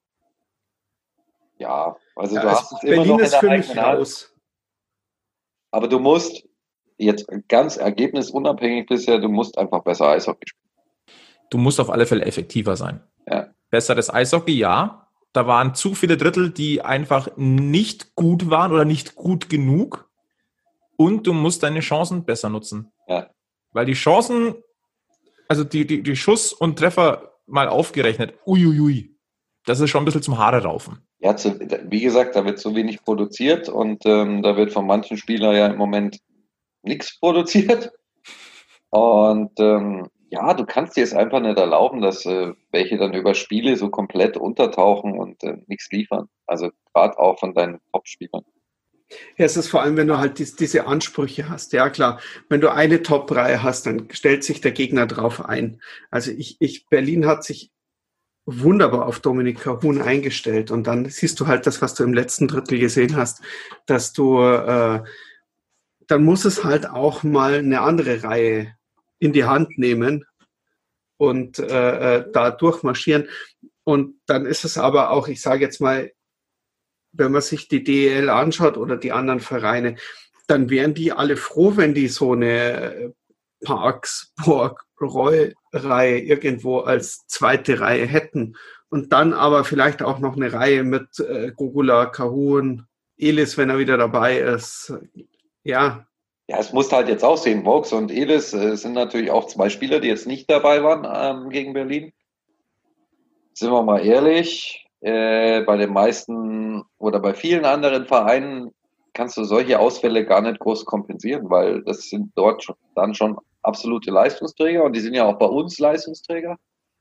ja, also du hast es Berlin immer noch ist für mich raus. Aber du musst jetzt ganz ergebnisunabhängig bisher, du musst einfach besser Eishockey spielen. Du musst auf alle Fälle effektiver sein. Ja. Besseres Eishockey, ja. Da waren zu viele Drittel, die einfach nicht gut waren oder nicht gut genug. Und du musst deine Chancen besser nutzen. Ja. Weil die Chancen, also die Schuss und Treffer mal aufgerechnet, uiuiui, das ist schon ein bisschen zum Haare raufen. Ja, wie gesagt, da wird so wenig produziert und da wird von manchen Spielern ja im Moment nichts produziert. Und ja, du kannst dir es einfach nicht erlauben, dass welche dann über Spiele so komplett untertauchen und nichts liefern. Also gerade auch von deinen Top-Spielern. Ja, es ist vor allem, wenn du halt diese Ansprüche hast. Ja, klar. Wenn du eine Top-Reihe hast, dann stellt sich der Gegner drauf ein. Also Berlin hat sich wunderbar auf Dominik Kahun eingestellt. Und dann siehst du halt das, was du im letzten Drittel gesehen hast, dass du, dann muss es halt auch mal eine andere Reihe in die Hand nehmen und da durchmarschieren. Und dann ist es aber auch, ich sage jetzt mal, wenn man sich die DEL anschaut oder die anderen Vereine, dann wären die alle froh, wenn die so eine Parks, Borg, Roy-Reihe irgendwo als zweite Reihe hätten und dann aber vielleicht auch noch eine Reihe mit Gogula, Kahun, Elis, wenn er wieder dabei ist. Ja. Ja, es musste halt jetzt aussehen. Vokes und Elis sind natürlich auch zwei Spieler, die jetzt nicht dabei waren gegen Berlin. Sind wir mal ehrlich, bei den meisten oder bei vielen anderen Vereinen kannst du solche Ausfälle gar nicht groß kompensieren, weil das sind dort dann schon absolute Leistungsträger und die sind ja auch bei uns Leistungsträger.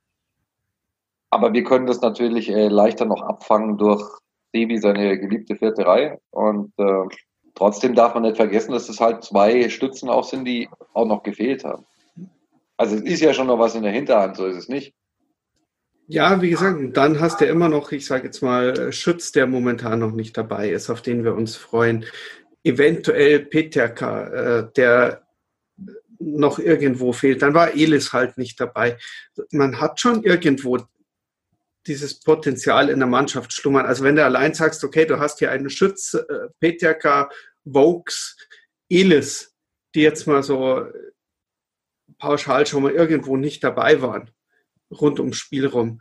Aber wir können das natürlich leichter noch abfangen durch Sevi, seine geliebte vierte Reihe. Und trotzdem darf man nicht vergessen, dass es halt zwei Stützen auch sind, die auch noch gefehlt haben. Also es ist ja schon noch was in der Hinterhand, so ist es nicht. Ja, wie gesagt, dann hast du immer noch, ich sage jetzt mal, Schütz, der momentan noch nicht dabei ist, auf den wir uns freuen. Eventuell Peterka, der noch irgendwo fehlt. Dann war Elis halt nicht dabei. Man hat schon irgendwo dieses Potenzial in der Mannschaft schlummern. Also wenn du allein sagst, okay, du hast hier einen Schütz, Peterka, Vokes, Elis, die jetzt mal so pauschal schon mal irgendwo nicht dabei waren, rund ums Spiel rum.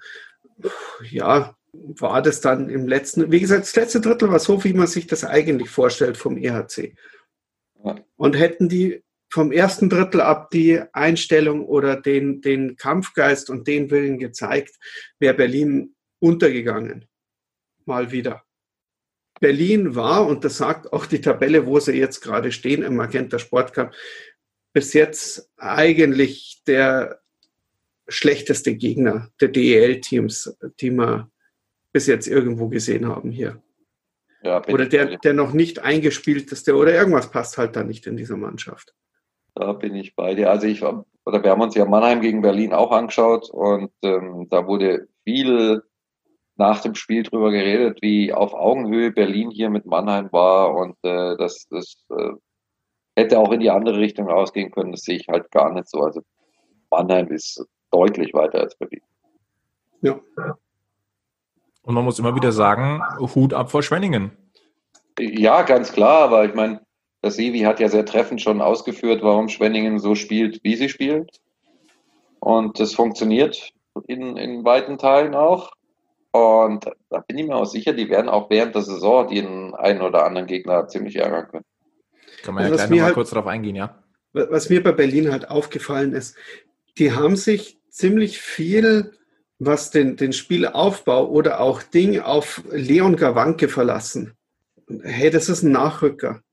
Ja, war das dann im letzten, wie gesagt, das letzte Drittel war so, wie man sich das eigentlich vorstellt vom EHC. Und hätten die vom ersten Drittel ab die Einstellung oder den Kampfgeist und den Willen gezeigt, wäre Berlin untergegangen. Mal wieder. Berlin war, und das sagt auch die Tabelle, wo sie jetzt gerade stehen im Magenta Sportcup, bis jetzt eigentlich der schlechteste Gegner der DEL-Teams, die wir bis jetzt irgendwo gesehen haben hier. Ja, oder der noch nicht eingespielteste oder irgendwas passt halt da nicht in dieser Mannschaft. Da bin ich bei dir. Also wir haben uns ja Mannheim gegen Berlin auch angeschaut und da wurde viel nach dem Spiel drüber geredet, wie auf Augenhöhe Berlin hier mit Mannheim war und das hätte auch in die andere Richtung ausgehen können. Das sehe ich halt gar nicht so. Also Mannheim ist deutlich weiter als Berlin. Ja. Und man muss immer wieder sagen, Hut ab vor Schwenningen. Ja, ganz klar, aber ich meine, das Sevi hat ja sehr treffend schon ausgeführt, warum Schwenningen so spielt, wie sie spielt. Und das funktioniert in weiten Teilen auch. Und da bin ich mir auch sicher, die werden auch während der Saison den einen oder anderen Gegner ziemlich ärgern können. Kann man ja gleich nochmal kurz darauf eingehen, ja. Was mir bei Berlin halt aufgefallen ist, die haben sich ziemlich viel, was den Spielaufbau oder auch Ding auf Leon Gawanke verlassen. Hey, das ist ein Nachrücker.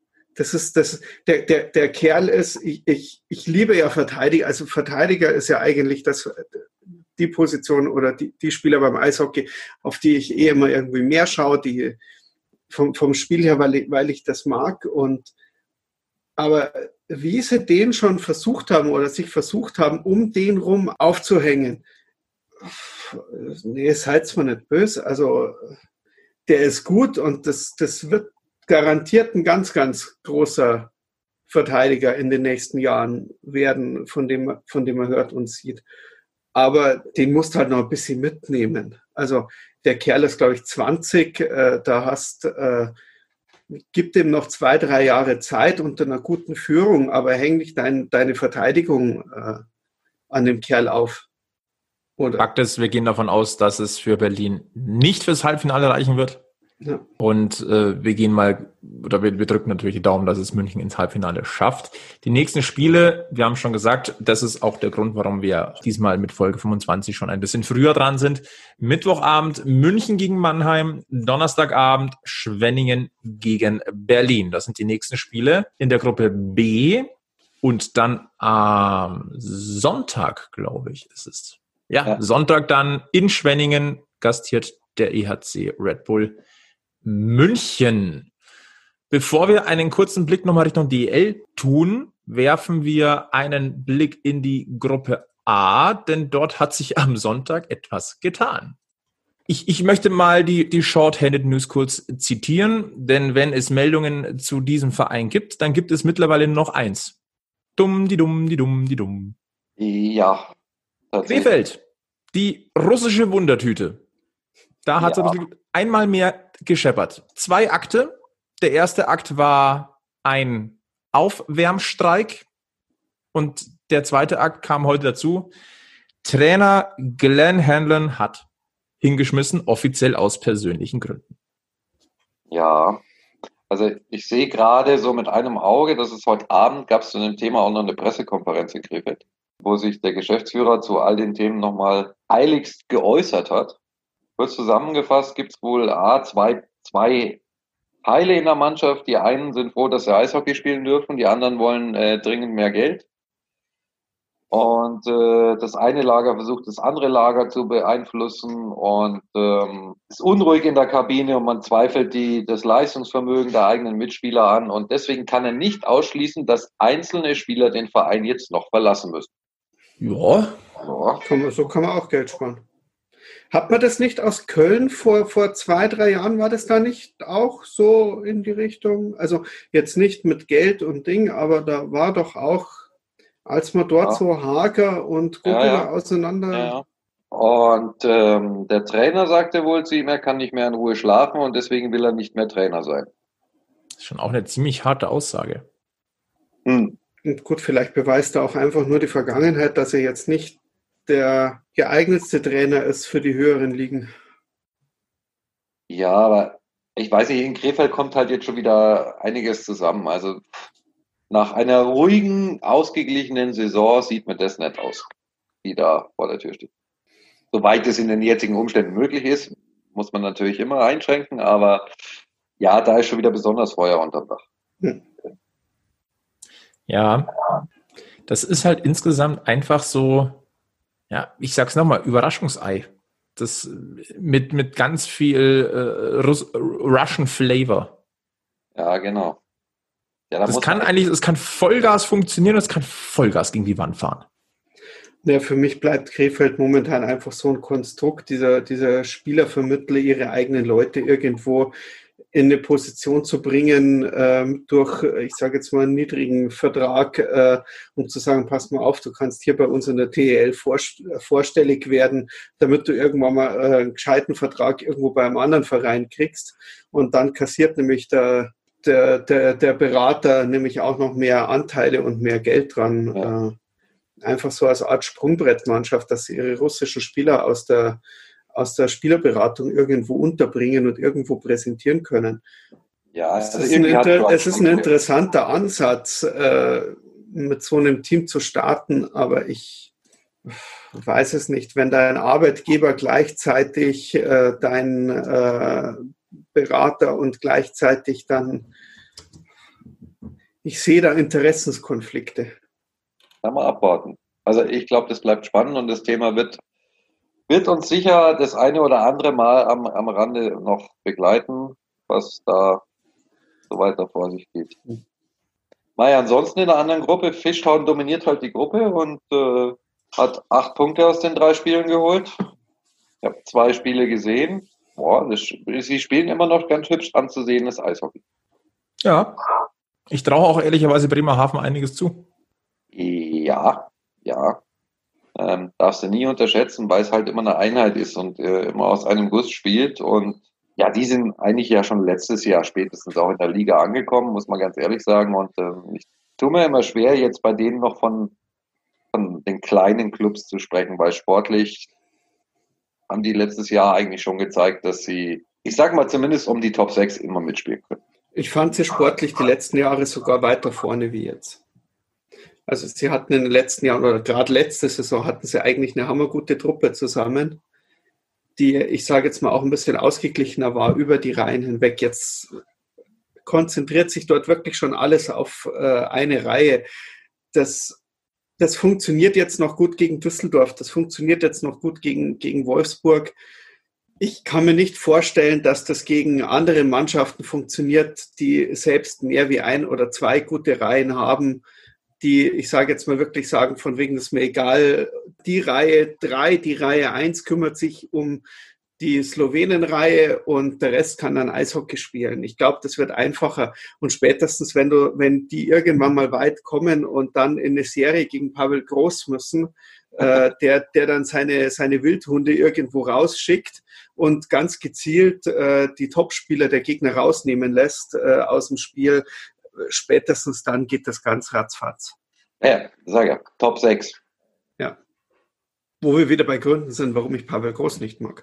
Der Kerl ist, ich liebe ja Verteidiger, also Verteidiger ist ja eigentlich die Position oder die Spieler beim Eishockey, auf die ich immer irgendwie mehr schaue, die vom Spiel her, weil ich das mag. Aber wie sie den schon versucht haben oder sich versucht haben, um den rum aufzuhängen, nee, seid's mir nicht böse. Also der ist gut und das wird garantiert ein ganz, ganz großer Verteidiger in den nächsten Jahren werden, von dem man hört und sieht. Aber den musst du halt noch ein bisschen mitnehmen. Also der Kerl ist, glaube ich, 20, gib dem noch 2-3 Jahre Zeit unter einer guten Führung, aber häng nicht deine Verteidigung an dem Kerl auf. Oder? Fakt ist, wir gehen davon aus, dass es für Berlin nicht fürs Halbfinale reichen wird. Ja. Und wir drücken natürlich die Daumen, dass es München ins Halbfinale schafft. Die nächsten Spiele, wir haben schon gesagt, das ist auch der Grund, warum wir diesmal mit Folge 25 schon ein bisschen früher dran sind. Mittwochabend München gegen Mannheim, Donnerstagabend Schwenningen gegen Berlin. Das sind die nächsten Spiele in der Gruppe B. Und dann am Sonntag, glaube ich, ist es. Ja, Sonntag dann in Schwenningen gastiert der EHC Red Bull München. Bevor wir einen kurzen Blick nochmal Richtung DEL tun, werfen wir einen Blick in die Gruppe A, denn dort hat sich am Sonntag etwas getan. Ich möchte mal die Short-Handed News kurz zitieren, denn wenn es Meldungen zu diesem Verein gibt, dann gibt es mittlerweile nur noch eins. Dumm. Ja. Krefeld, die russische Wundertüte. Da hat es einmal mehr gescheppert. 2 Akte. Der erste Akt war ein Aufwärmstreik und der zweite Akt kam heute dazu. Trainer Glenn Hanlon hat hingeschmissen, offiziell aus persönlichen Gründen. Ja, also ich sehe gerade so mit einem Auge, dass es heute Abend gab es zu dem Thema auch noch eine Pressekonferenz in Krefeld, wo sich der Geschäftsführer zu all den Themen nochmal eiligst geäußert hat. Kurz zusammengefasst gibt es wohl zwei Teile in der Mannschaft. Die einen sind froh, dass sie Eishockey spielen dürfen, die anderen wollen dringend mehr Geld. Und das eine Lager versucht, das andere Lager zu beeinflussen und ist unruhig in der Kabine und man zweifelt das Leistungsvermögen der eigenen Mitspieler an. Und deswegen kann er nicht ausschließen, dass einzelne Spieler den Verein jetzt noch verlassen müssen. Ja. So kann man auch Geld sparen. Hat man das nicht aus Köln vor 2-3 Jahren, war das da nicht auch so in die Richtung? Also jetzt nicht mit Geld und Ding, aber da war doch auch, als man dort so Hager und Gugula auseinander... Ja. Und der Trainer sagte wohl zu ihm, er kann nicht mehr in Ruhe schlafen und deswegen will er nicht mehr Trainer sein. Das ist schon auch eine ziemlich harte Aussage. Und gut, vielleicht beweist er auch einfach nur die Vergangenheit, dass er jetzt nicht der geeignetste Trainer ist für die höheren Ligen. Ja, aber ich weiß nicht, in Krefeld kommt halt jetzt schon wieder einiges zusammen. Also nach einer ruhigen, ausgeglichenen Saison sieht mir das nicht aus, die da vor der Tür steht. Soweit es in den jetzigen Umständen möglich ist, muss man natürlich immer einschränken, aber ja, da ist schon wieder besonders Feuer unterm Dach. Ja, das ist halt insgesamt einfach so, ja, ich sag's nochmal, Überraschungsei. Das mit ganz viel Russian Flavor. Ja, genau. Ja, es kann Vollgas funktionieren und es kann Vollgas gegen die Wand fahren. Ja, für mich bleibt Krefeld momentan einfach so ein Konstrukt. Dieser Spielervermittler, ihre eigenen Leute irgendwo in eine Position zu bringen, durch, ich sage jetzt mal, einen niedrigen Vertrag, um zu sagen, pass mal auf, du kannst hier bei uns in der TEL vorstellig werden, damit du irgendwann mal einen gescheiten Vertrag irgendwo bei einem anderen Verein kriegst. Und dann kassiert nämlich der Berater nämlich auch noch mehr Anteile und mehr Geld dran. Ja. Einfach so als Art Sprungбrettmannschaft, dass sie ihre russischen Spieler aus der Spielerberatung irgendwo unterbringen und irgendwo präsentieren können. Ja, es ist ein interessanter Ansatz, mit so einem Team zu starten, aber ich weiß es nicht. Wenn dein Arbeitgeber gleichzeitig dein Berater und gleichzeitig dann, ich sehe da Interessenskonflikte. Kann man abwarten. Also ich glaube, das bleibt spannend und das Thema wird uns sicher das eine oder andere Mal am Rande noch begleiten, was da so weiter vor sich geht. Naja, ansonsten in der anderen Gruppe, Fishtown dominiert halt die Gruppe und hat 8 Punkte aus den 3 Spielen geholt. Ich habe 2 Spiele gesehen. Boah, sie spielen immer noch ganz hübsch anzusehendes Eishockey. Ja, ich traue auch ehrlicherweise Bremerhaven einiges zu. Ja. Darfst du nie unterschätzen, weil es halt immer eine Einheit ist und immer aus einem Guss spielt. Und ja, die sind eigentlich ja schon letztes Jahr spätestens auch in der Liga angekommen, muss man ganz ehrlich sagen. Und ich tue mir immer schwer, jetzt bei denen noch von den kleinen Clubs zu sprechen, weil sportlich haben die letztes Jahr eigentlich schon gezeigt, dass sie, ich sag mal, zumindest um die Top 6 immer mitspielen können. Ich fand sie sportlich die letzten Jahre sogar weiter vorne wie jetzt. Also sie hatten in den letzten Jahren, oder gerade letzte Saison, hatten sie eigentlich eine hammergute Truppe zusammen, die, ich sage jetzt mal, auch ein bisschen ausgeglichener war über die Reihen hinweg. Jetzt konzentriert sich dort wirklich schon alles auf eine Reihe. Das funktioniert jetzt noch gut gegen Düsseldorf, das funktioniert jetzt noch gut gegen Wolfsburg. Ich kann mir nicht vorstellen, dass das gegen andere Mannschaften funktioniert, die selbst mehr wie 1 oder 2 gute Reihen haben, die, ich sage jetzt mal wirklich sagen, von wegen ist mir egal, die Reihe 3, die Reihe 1 kümmert sich um die Slowenen-Reihe und der Rest kann dann Eishockey spielen. Ich glaube, das wird einfacher. Und spätestens, wenn die irgendwann mal weit kommen und dann in eine Serie gegen Pavel Groß müssen, der dann seine Wildhunde irgendwo rausschickt und ganz gezielt die Topspieler der Gegner rausnehmen lässt aus dem Spiel, spätestens dann geht das ganz ratzfatz. Ja, sag ja, Top 6. Ja. Wo wir wieder bei Gründen sind, warum ich Pavel Groß nicht mag.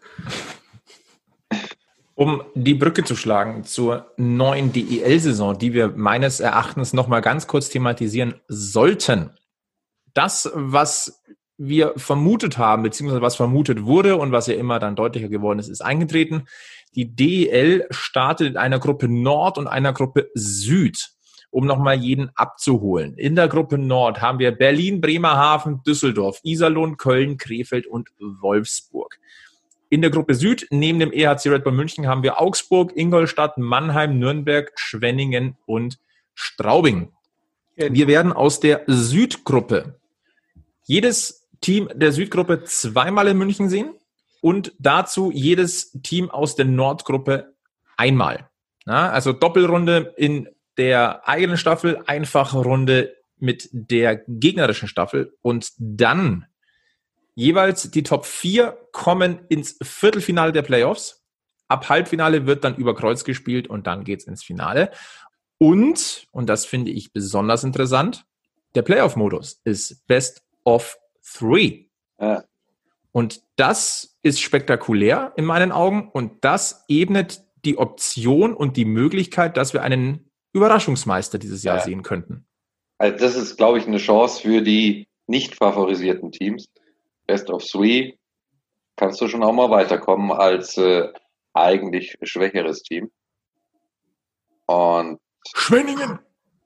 Um die Brücke zu schlagen zur neuen DEL-Saison, die wir meines Erachtens nochmal ganz kurz thematisieren sollten. Das, was wir vermutet haben, beziehungsweise was vermutet wurde und was ja immer dann deutlicher geworden ist, ist eingetreten. Die DEL startet in einer Gruppe Nord und einer Gruppe Süd, um nochmal jeden abzuholen. In der Gruppe Nord haben wir Berlin, Bremerhaven, Düsseldorf, Iserlohn, Köln, Krefeld und Wolfsburg. In der Gruppe Süd, neben dem EHC Red Bull München, haben wir Augsburg, Ingolstadt, Mannheim, Nürnberg, Schwenningen und Straubing. Wir werden aus der Südgruppe jedes Team der Südgruppe zweimal in München sehen und dazu jedes Team aus der Nordgruppe einmal. Ja, also Doppelrunde in der eigenen Staffel, einfache Runde mit der gegnerischen Staffel und dann jeweils die Top 4 kommen ins Viertelfinale der Playoffs. Ab Halbfinale wird dann über Kreuz gespielt und dann geht's ins Finale. Und das finde ich besonders interessant, der Playoff-Modus ist Best of 3. Ja. Und das ist spektakulär in meinen Augen und das ebnet die Option und die Möglichkeit, dass wir einen Überraschungsmeister dieses Jahr sehen könnten. Also das ist, glaube ich, eine Chance für die nicht favorisierten Teams. Best of 3 kannst du schon auch mal weiterkommen als eigentlich schwächeres Team. Und Schwenningen!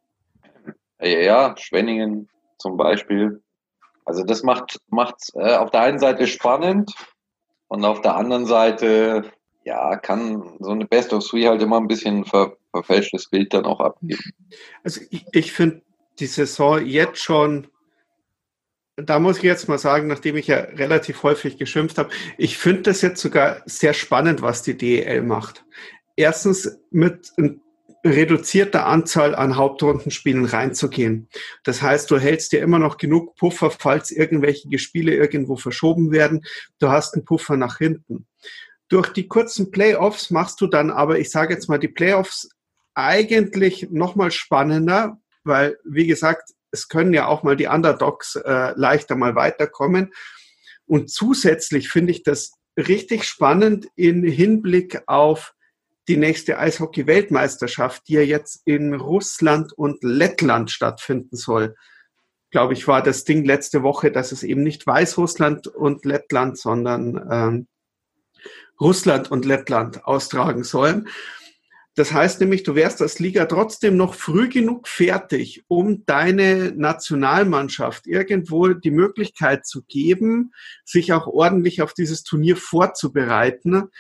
Ja, Schwenningen zum Beispiel. Also das macht's auf der einen Seite spannend und auf der anderen Seite ja, kann so eine Best of 3 halt immer ein bisschen verfälschtes Bild dann auch abgeben. Also ich finde die Saison jetzt schon, da muss ich jetzt mal sagen, nachdem ich ja relativ häufig geschimpft habe, ich finde das jetzt sogar sehr spannend, was die DEL macht. Erstens mit reduzierter Anzahl an Hauptrundenspielen reinzugehen. Das heißt, du hältst dir immer noch genug Puffer, falls irgendwelche Spiele irgendwo verschoben werden. Du hast einen Puffer nach hinten. Durch die kurzen Playoffs machst du dann aber, ich sage jetzt mal, die Playoffs eigentlich nochmal spannender, weil, wie gesagt, es können ja auch mal die Underdogs leichter mal weiterkommen. Und zusätzlich finde ich das richtig spannend in Hinblick auf die nächste Eishockey-Weltmeisterschaft, die ja jetzt in Russland und Lettland stattfinden soll. Glaube ich, war das Ding letzte Woche, dass es eben nicht Weißrussland und Lettland, sondern Russland und Lettland austragen sollen. Das heißt nämlich, du wärst als Liga trotzdem noch früh genug fertig, um deine Nationalmannschaft irgendwo die Möglichkeit zu geben, sich auch ordentlich auf dieses Turnier vorzubereiten.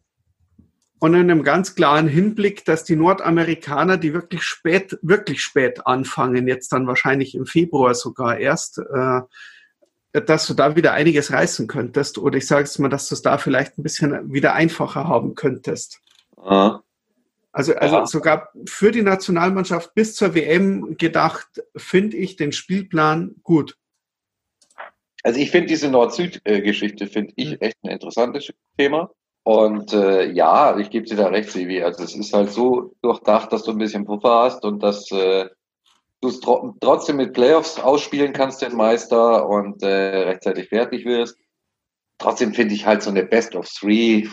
Und in einem ganz klaren Hinblick, dass die Nordamerikaner, die wirklich spät anfangen, jetzt dann wahrscheinlich im Februar sogar erst, dass du da wieder einiges reißen könntest. Oder ich sage es mal, dass du es da vielleicht ein bisschen wieder einfacher haben könntest. Ja. Also sogar für die Nationalmannschaft bis zur WM gedacht, finde ich den Spielplan gut. Also ich finde diese Nord-Süd-Geschichte, finde ich echt ein interessantes Thema. Und ja, ich gebe dir da recht, Sevi. Also es ist halt so durchdacht, dass du ein bisschen Puffer hast und dass du es trotzdem mit Playoffs ausspielen kannst, den Meister, und rechtzeitig fertig wirst. Trotzdem finde ich halt so eine Best of 3,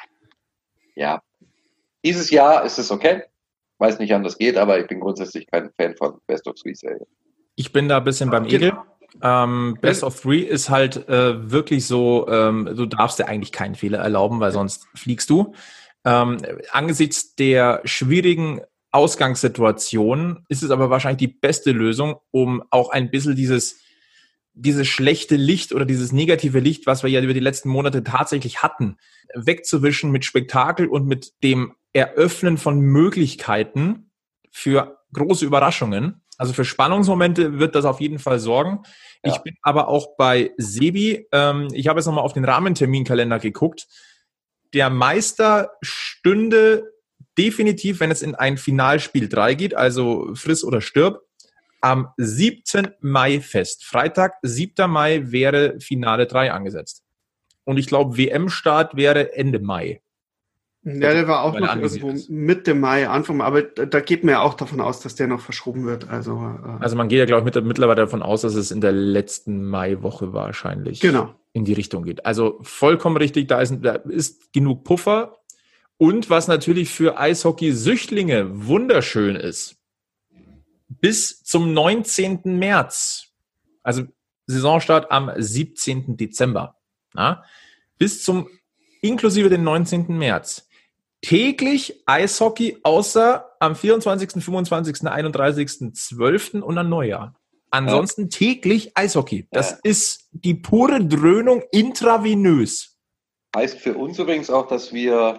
ja, dieses Jahr ist es okay, weil es nicht anders geht, aber ich bin grundsätzlich kein Fan von Best of 3-Serien. Ich bin da ein bisschen beim Egel. Best of 3 ist halt wirklich so, du darfst dir eigentlich keinen Fehler erlauben, weil sonst fliegst du. Angesichts der schwierigen Ausgangssituation ist es aber wahrscheinlich die beste Lösung, um auch ein bisschen dieses schlechte Licht oder dieses negative Licht, was wir ja über die letzten Monate tatsächlich hatten, wegzuwischen mit Spektakel und mit dem Eröffnen von Möglichkeiten für große Überraschungen. Also für Spannungsmomente wird das auf jeden Fall sorgen. Ja. Ich bin aber auch bei Sebi. Ich habe jetzt nochmal auf den Rahmenterminkalender geguckt. Der Meister stünde definitiv, wenn es in ein Finalspiel 3 geht, also friss oder stirb, am 7. Mai fest. Freitag, 7. Mai wäre Finale 3 angesetzt. Und ich glaube, WM-Start wäre Ende Mai. Ja, der war auch weil er noch anvisiert irgendwo ist. Mitte Mai, Anfang Mai, aber da geht man ja auch davon aus, dass der noch verschoben wird. Also Man geht ja, glaube ich, mittlerweile davon aus, dass es in der letzten Maiwoche wahrscheinlich genau. in die Richtung geht. Also vollkommen richtig, da ist genug Puffer. Und was natürlich für Eishockey-Süchtlinge wunderschön ist, bis zum 19. März, also Saisonstart am 17. Dezember, bis zum inklusive den 19. März, täglich Eishockey, außer am 24., 25., 31., 12. und an Neujahr. Ansonsten täglich Eishockey. Das ist die pure Dröhnung intravenös. Heißt für uns übrigens auch, dass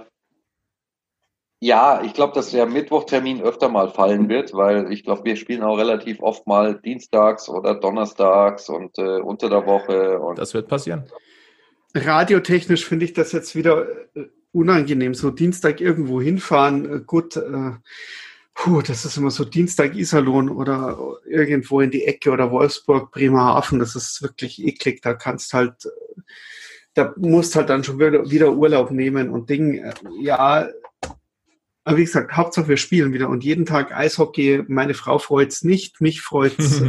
ich glaube, dass der Mittwochtermin öfter mal fallen wird, weil ich glaube, wir spielen auch relativ oft mal dienstags oder donnerstags und unter der Woche. Und das wird passieren. Radiotechnisch finde ich das jetzt wieder unangenehm. So Dienstag irgendwo hinfahren, das ist immer so Dienstag Iserlohn oder irgendwo in die Ecke oder Wolfsburg, Bremerhaven, das ist wirklich eklig. Da musst halt dann schon wieder Urlaub nehmen und aber wie gesagt, Hauptsache wir spielen wieder und jeden Tag Eishockey. Meine Frau freut's nicht, mich freut's.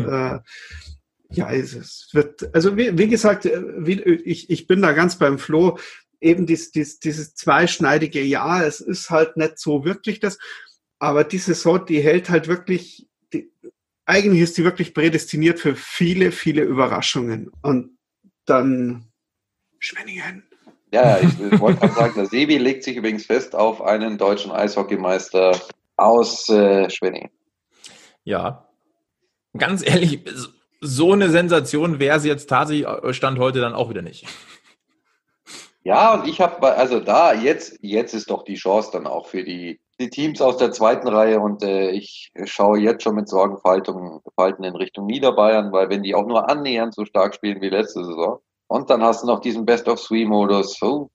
Es wird, also wie gesagt, ich bin da ganz beim Flo. Eben dieses zweischneidige Jahr, es ist halt nicht so wirklich das, aber die Saison, die hält halt wirklich, eigentlich ist die wirklich prädestiniert für viele, viele Überraschungen. Und dann Schwenningen. Ja, ich wollte gerade sagen, der Sebi legt sich übrigens fest auf einen deutschen Eishockeymeister aus Schwenningen. Ja, ganz ehrlich, so eine Sensation wäre es jetzt tatsächlich Stand heute dann auch wieder nicht. Ja, und ich habe, jetzt ist doch die Chance dann auch für die Teams aus der zweiten Reihe und ich schaue jetzt schon mit Sorgenfalten in Richtung Niederbayern, weil wenn die auch nur annähernd so stark spielen wie letzte Saison, und dann hast du noch diesen Best-of-Three-Modus. Oh.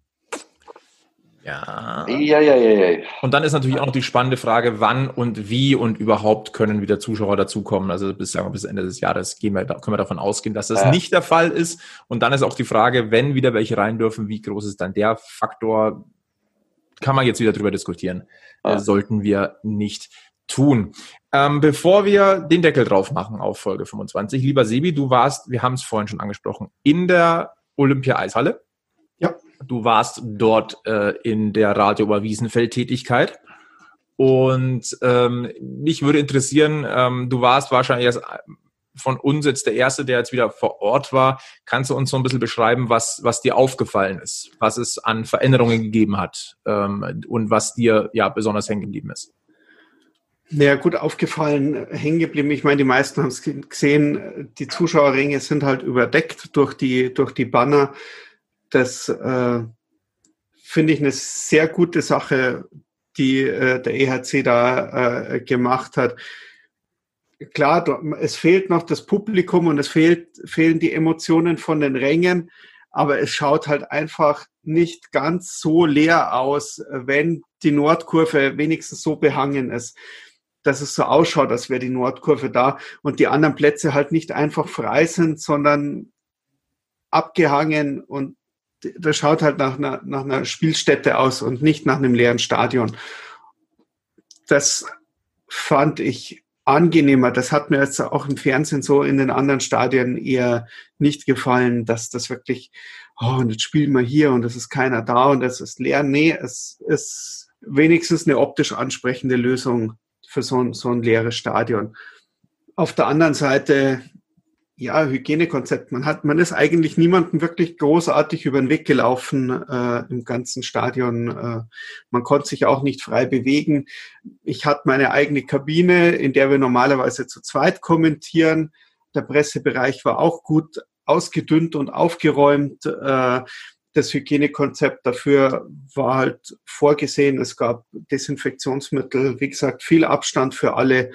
Ja. Ja. Und dann ist natürlich auch noch die spannende Frage, wann und wie und überhaupt können wieder Zuschauer dazukommen. Also bis Ende des Jahres können wir davon ausgehen, dass das nicht der Fall ist. Und dann ist auch die Frage, wenn wieder welche rein dürfen, wie groß ist dann der Faktor? Kann man jetzt wieder drüber diskutieren. Sollten wir nicht tun. Bevor wir den Deckel drauf machen auf Folge 25, lieber Sebi, du warst, wir haben es vorhin schon angesprochen, in der Olympia-Eishalle. Ja. Du warst dort in der Radio-Oberwiesenfeld-Tätigkeit und mich würde interessieren, du warst wahrscheinlich erst von uns jetzt der Erste, der jetzt wieder vor Ort war. Kannst du uns so ein bisschen beschreiben, was dir aufgefallen ist, was es an Veränderungen gegeben hat und was dir besonders hängen geblieben ist? Naja, gut aufgefallen, hängen geblieben. Ich meine, die meisten haben es gesehen, die Zuschauerränge sind halt überdeckt durch die Banner. Das finde ich eine sehr gute Sache, die der EHC da gemacht hat. Klar, es fehlt noch das Publikum und es fehlen die Emotionen von den Rängen, aber es schaut halt einfach nicht ganz so leer aus, wenn die Nordkurve wenigstens so behangen ist, dass es so ausschaut, als wäre die Nordkurve da und die anderen Plätze halt nicht einfach frei sind, sondern abgehangen und das schaut halt nach einer Spielstätte aus und nicht nach einem leeren Stadion. Das fand ich angenehmer. Das hat mir jetzt auch im Fernsehen so in den anderen Stadien eher nicht gefallen, dass das wirklich, und jetzt spielen wir hier und es ist keiner da und es ist leer. Nee, es ist wenigstens eine optisch ansprechende Lösung für so ein leeres Stadion. Auf der anderen Seite, ja, Hygienekonzept. Man ist eigentlich niemandem wirklich großartig über den Weg gelaufen im ganzen Stadion. Man konnte sich auch nicht frei bewegen. Ich hatte meine eigene Kabine, in der wir normalerweise zu zweit kommentieren. Der Pressebereich war auch gut ausgedünnt und aufgeräumt. Das Hygienekonzept dafür war halt vorgesehen. Es gab Desinfektionsmittel, wie gesagt, viel Abstand für alle.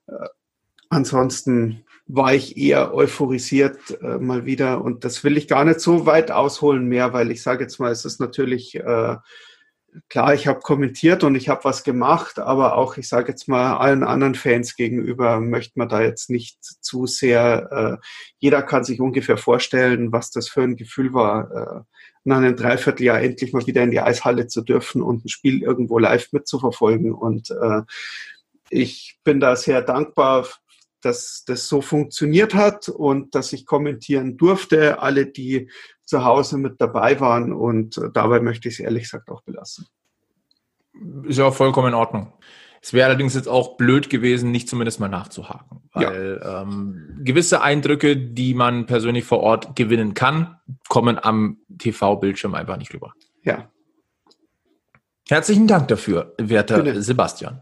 Ansonsten war ich eher euphorisiert mal wieder und das will ich gar nicht so weit ausholen mehr, weil ich sage jetzt mal, es ist natürlich klar, ich habe kommentiert und ich habe was gemacht, aber auch, ich sage jetzt mal, allen anderen Fans gegenüber möchte man da jetzt nicht zu sehr, jeder kann sich ungefähr vorstellen, was das für ein Gefühl war, nach einem Dreivierteljahr endlich mal wieder in die Eishalle zu dürfen und ein Spiel irgendwo live mitzuverfolgen. Und ich bin da sehr dankbar, dass das so funktioniert hat und dass ich kommentieren durfte, alle, die zu Hause mit dabei waren, und dabei möchte ich es ehrlich gesagt auch belassen. Ist ja auch vollkommen in Ordnung. Es wäre allerdings jetzt auch blöd gewesen, nicht zumindest mal nachzuhaken, weil gewisse Eindrücke, die man persönlich vor Ort gewinnen kann, kommen am TV-Bildschirm einfach nicht rüber. Ja. Herzlichen Dank dafür, werter Bitte. Sebastian.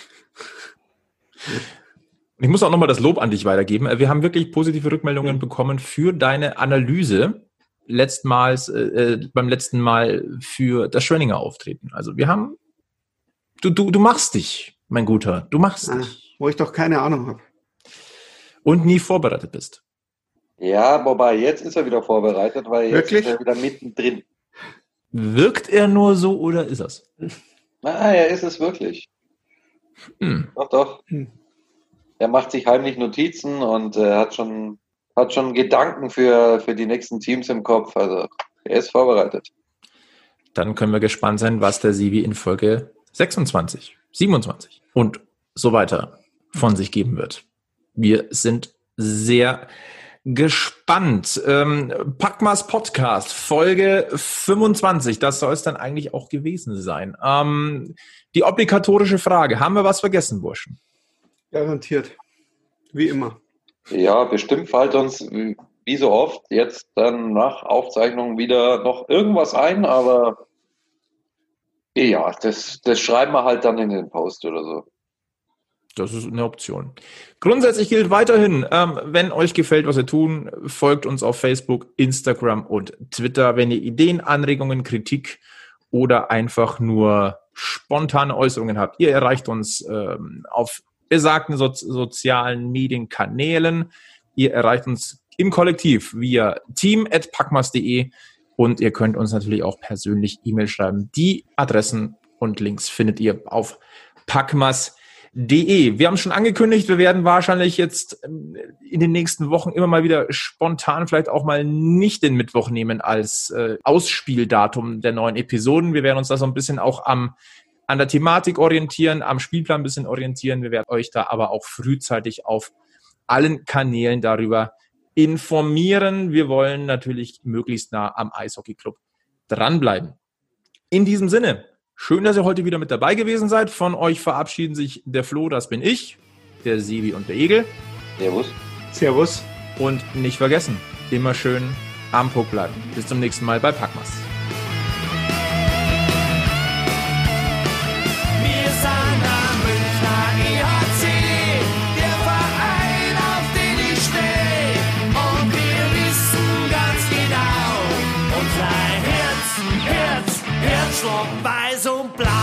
Ich muss auch nochmal das Lob an dich weitergeben. Wir haben wirklich positive Rückmeldungen bekommen für deine Analyse beim letzten Mal für das Schwenninger Auftreten. Also wir haben, du machst dich, mein Guter, du machst dich. Wo ich doch keine Ahnung habe. Und nie vorbereitet bist. Ja, wobei, jetzt ist er wieder vorbereitet, weil jetzt Wirklich? ist er wieder mittendrin. Wirkt er nur so oder ist er's? Na, er ist es wirklich. Doch, doch. Er macht sich heimlich Notizen und hat schon Gedanken für die nächsten Teams im Kopf. Also er ist vorbereitet. Dann können wir gespannt sein, was der Sivi in Folge 26, 27 und so weiter von sich geben wird. Wir sind sehr gespannt. Packmas Podcast, Folge 25, das soll es dann eigentlich auch gewesen sein. Die obligatorische Frage, haben wir was vergessen, Burschen? Garantiert. Wie immer. Ja, bestimmt fällt uns, wie so oft, jetzt dann nach Aufzeichnung wieder noch irgendwas ein, aber ja, das schreiben wir halt dann in den Post oder so. Das ist eine Option. Grundsätzlich gilt weiterhin, wenn euch gefällt, was wir tun, folgt uns auf Facebook, Instagram und Twitter. Wenn ihr Ideen, Anregungen, Kritik oder einfach nur spontane Äußerungen habt, ihr erreicht uns auf besagten sozialen Medienkanälen. Ihr erreicht uns im Kollektiv via team@packmas.de und ihr könnt uns natürlich auch persönlich E-Mail schreiben. Die Adressen und Links findet ihr auf packmas.de. Wir haben schon angekündigt, wir werden wahrscheinlich jetzt in den nächsten Wochen immer mal wieder spontan vielleicht auch mal nicht den Mittwoch nehmen als Ausspieldatum der neuen Episoden. Wir werden uns da so ein bisschen auch an der Thematik orientieren, am Spielplan ein bisschen orientieren. Wir werden euch da aber auch frühzeitig auf allen Kanälen darüber informieren. Wir wollen natürlich möglichst nah am Eishockey-Club dranbleiben. In diesem Sinne, schön, dass ihr heute wieder mit dabei gewesen seid. Von euch verabschieden sich der Flo, das bin ich, der Sebi und der Egel. Servus. Servus. Und nicht vergessen, immer schön am Puck bleiben. Bis zum nächsten Mal bei Packmas. Wir sind am Münchner EHC, der Verein, auf den ich stehe. Und wir wissen ganz genau, unser Herzschlag weiß und blau.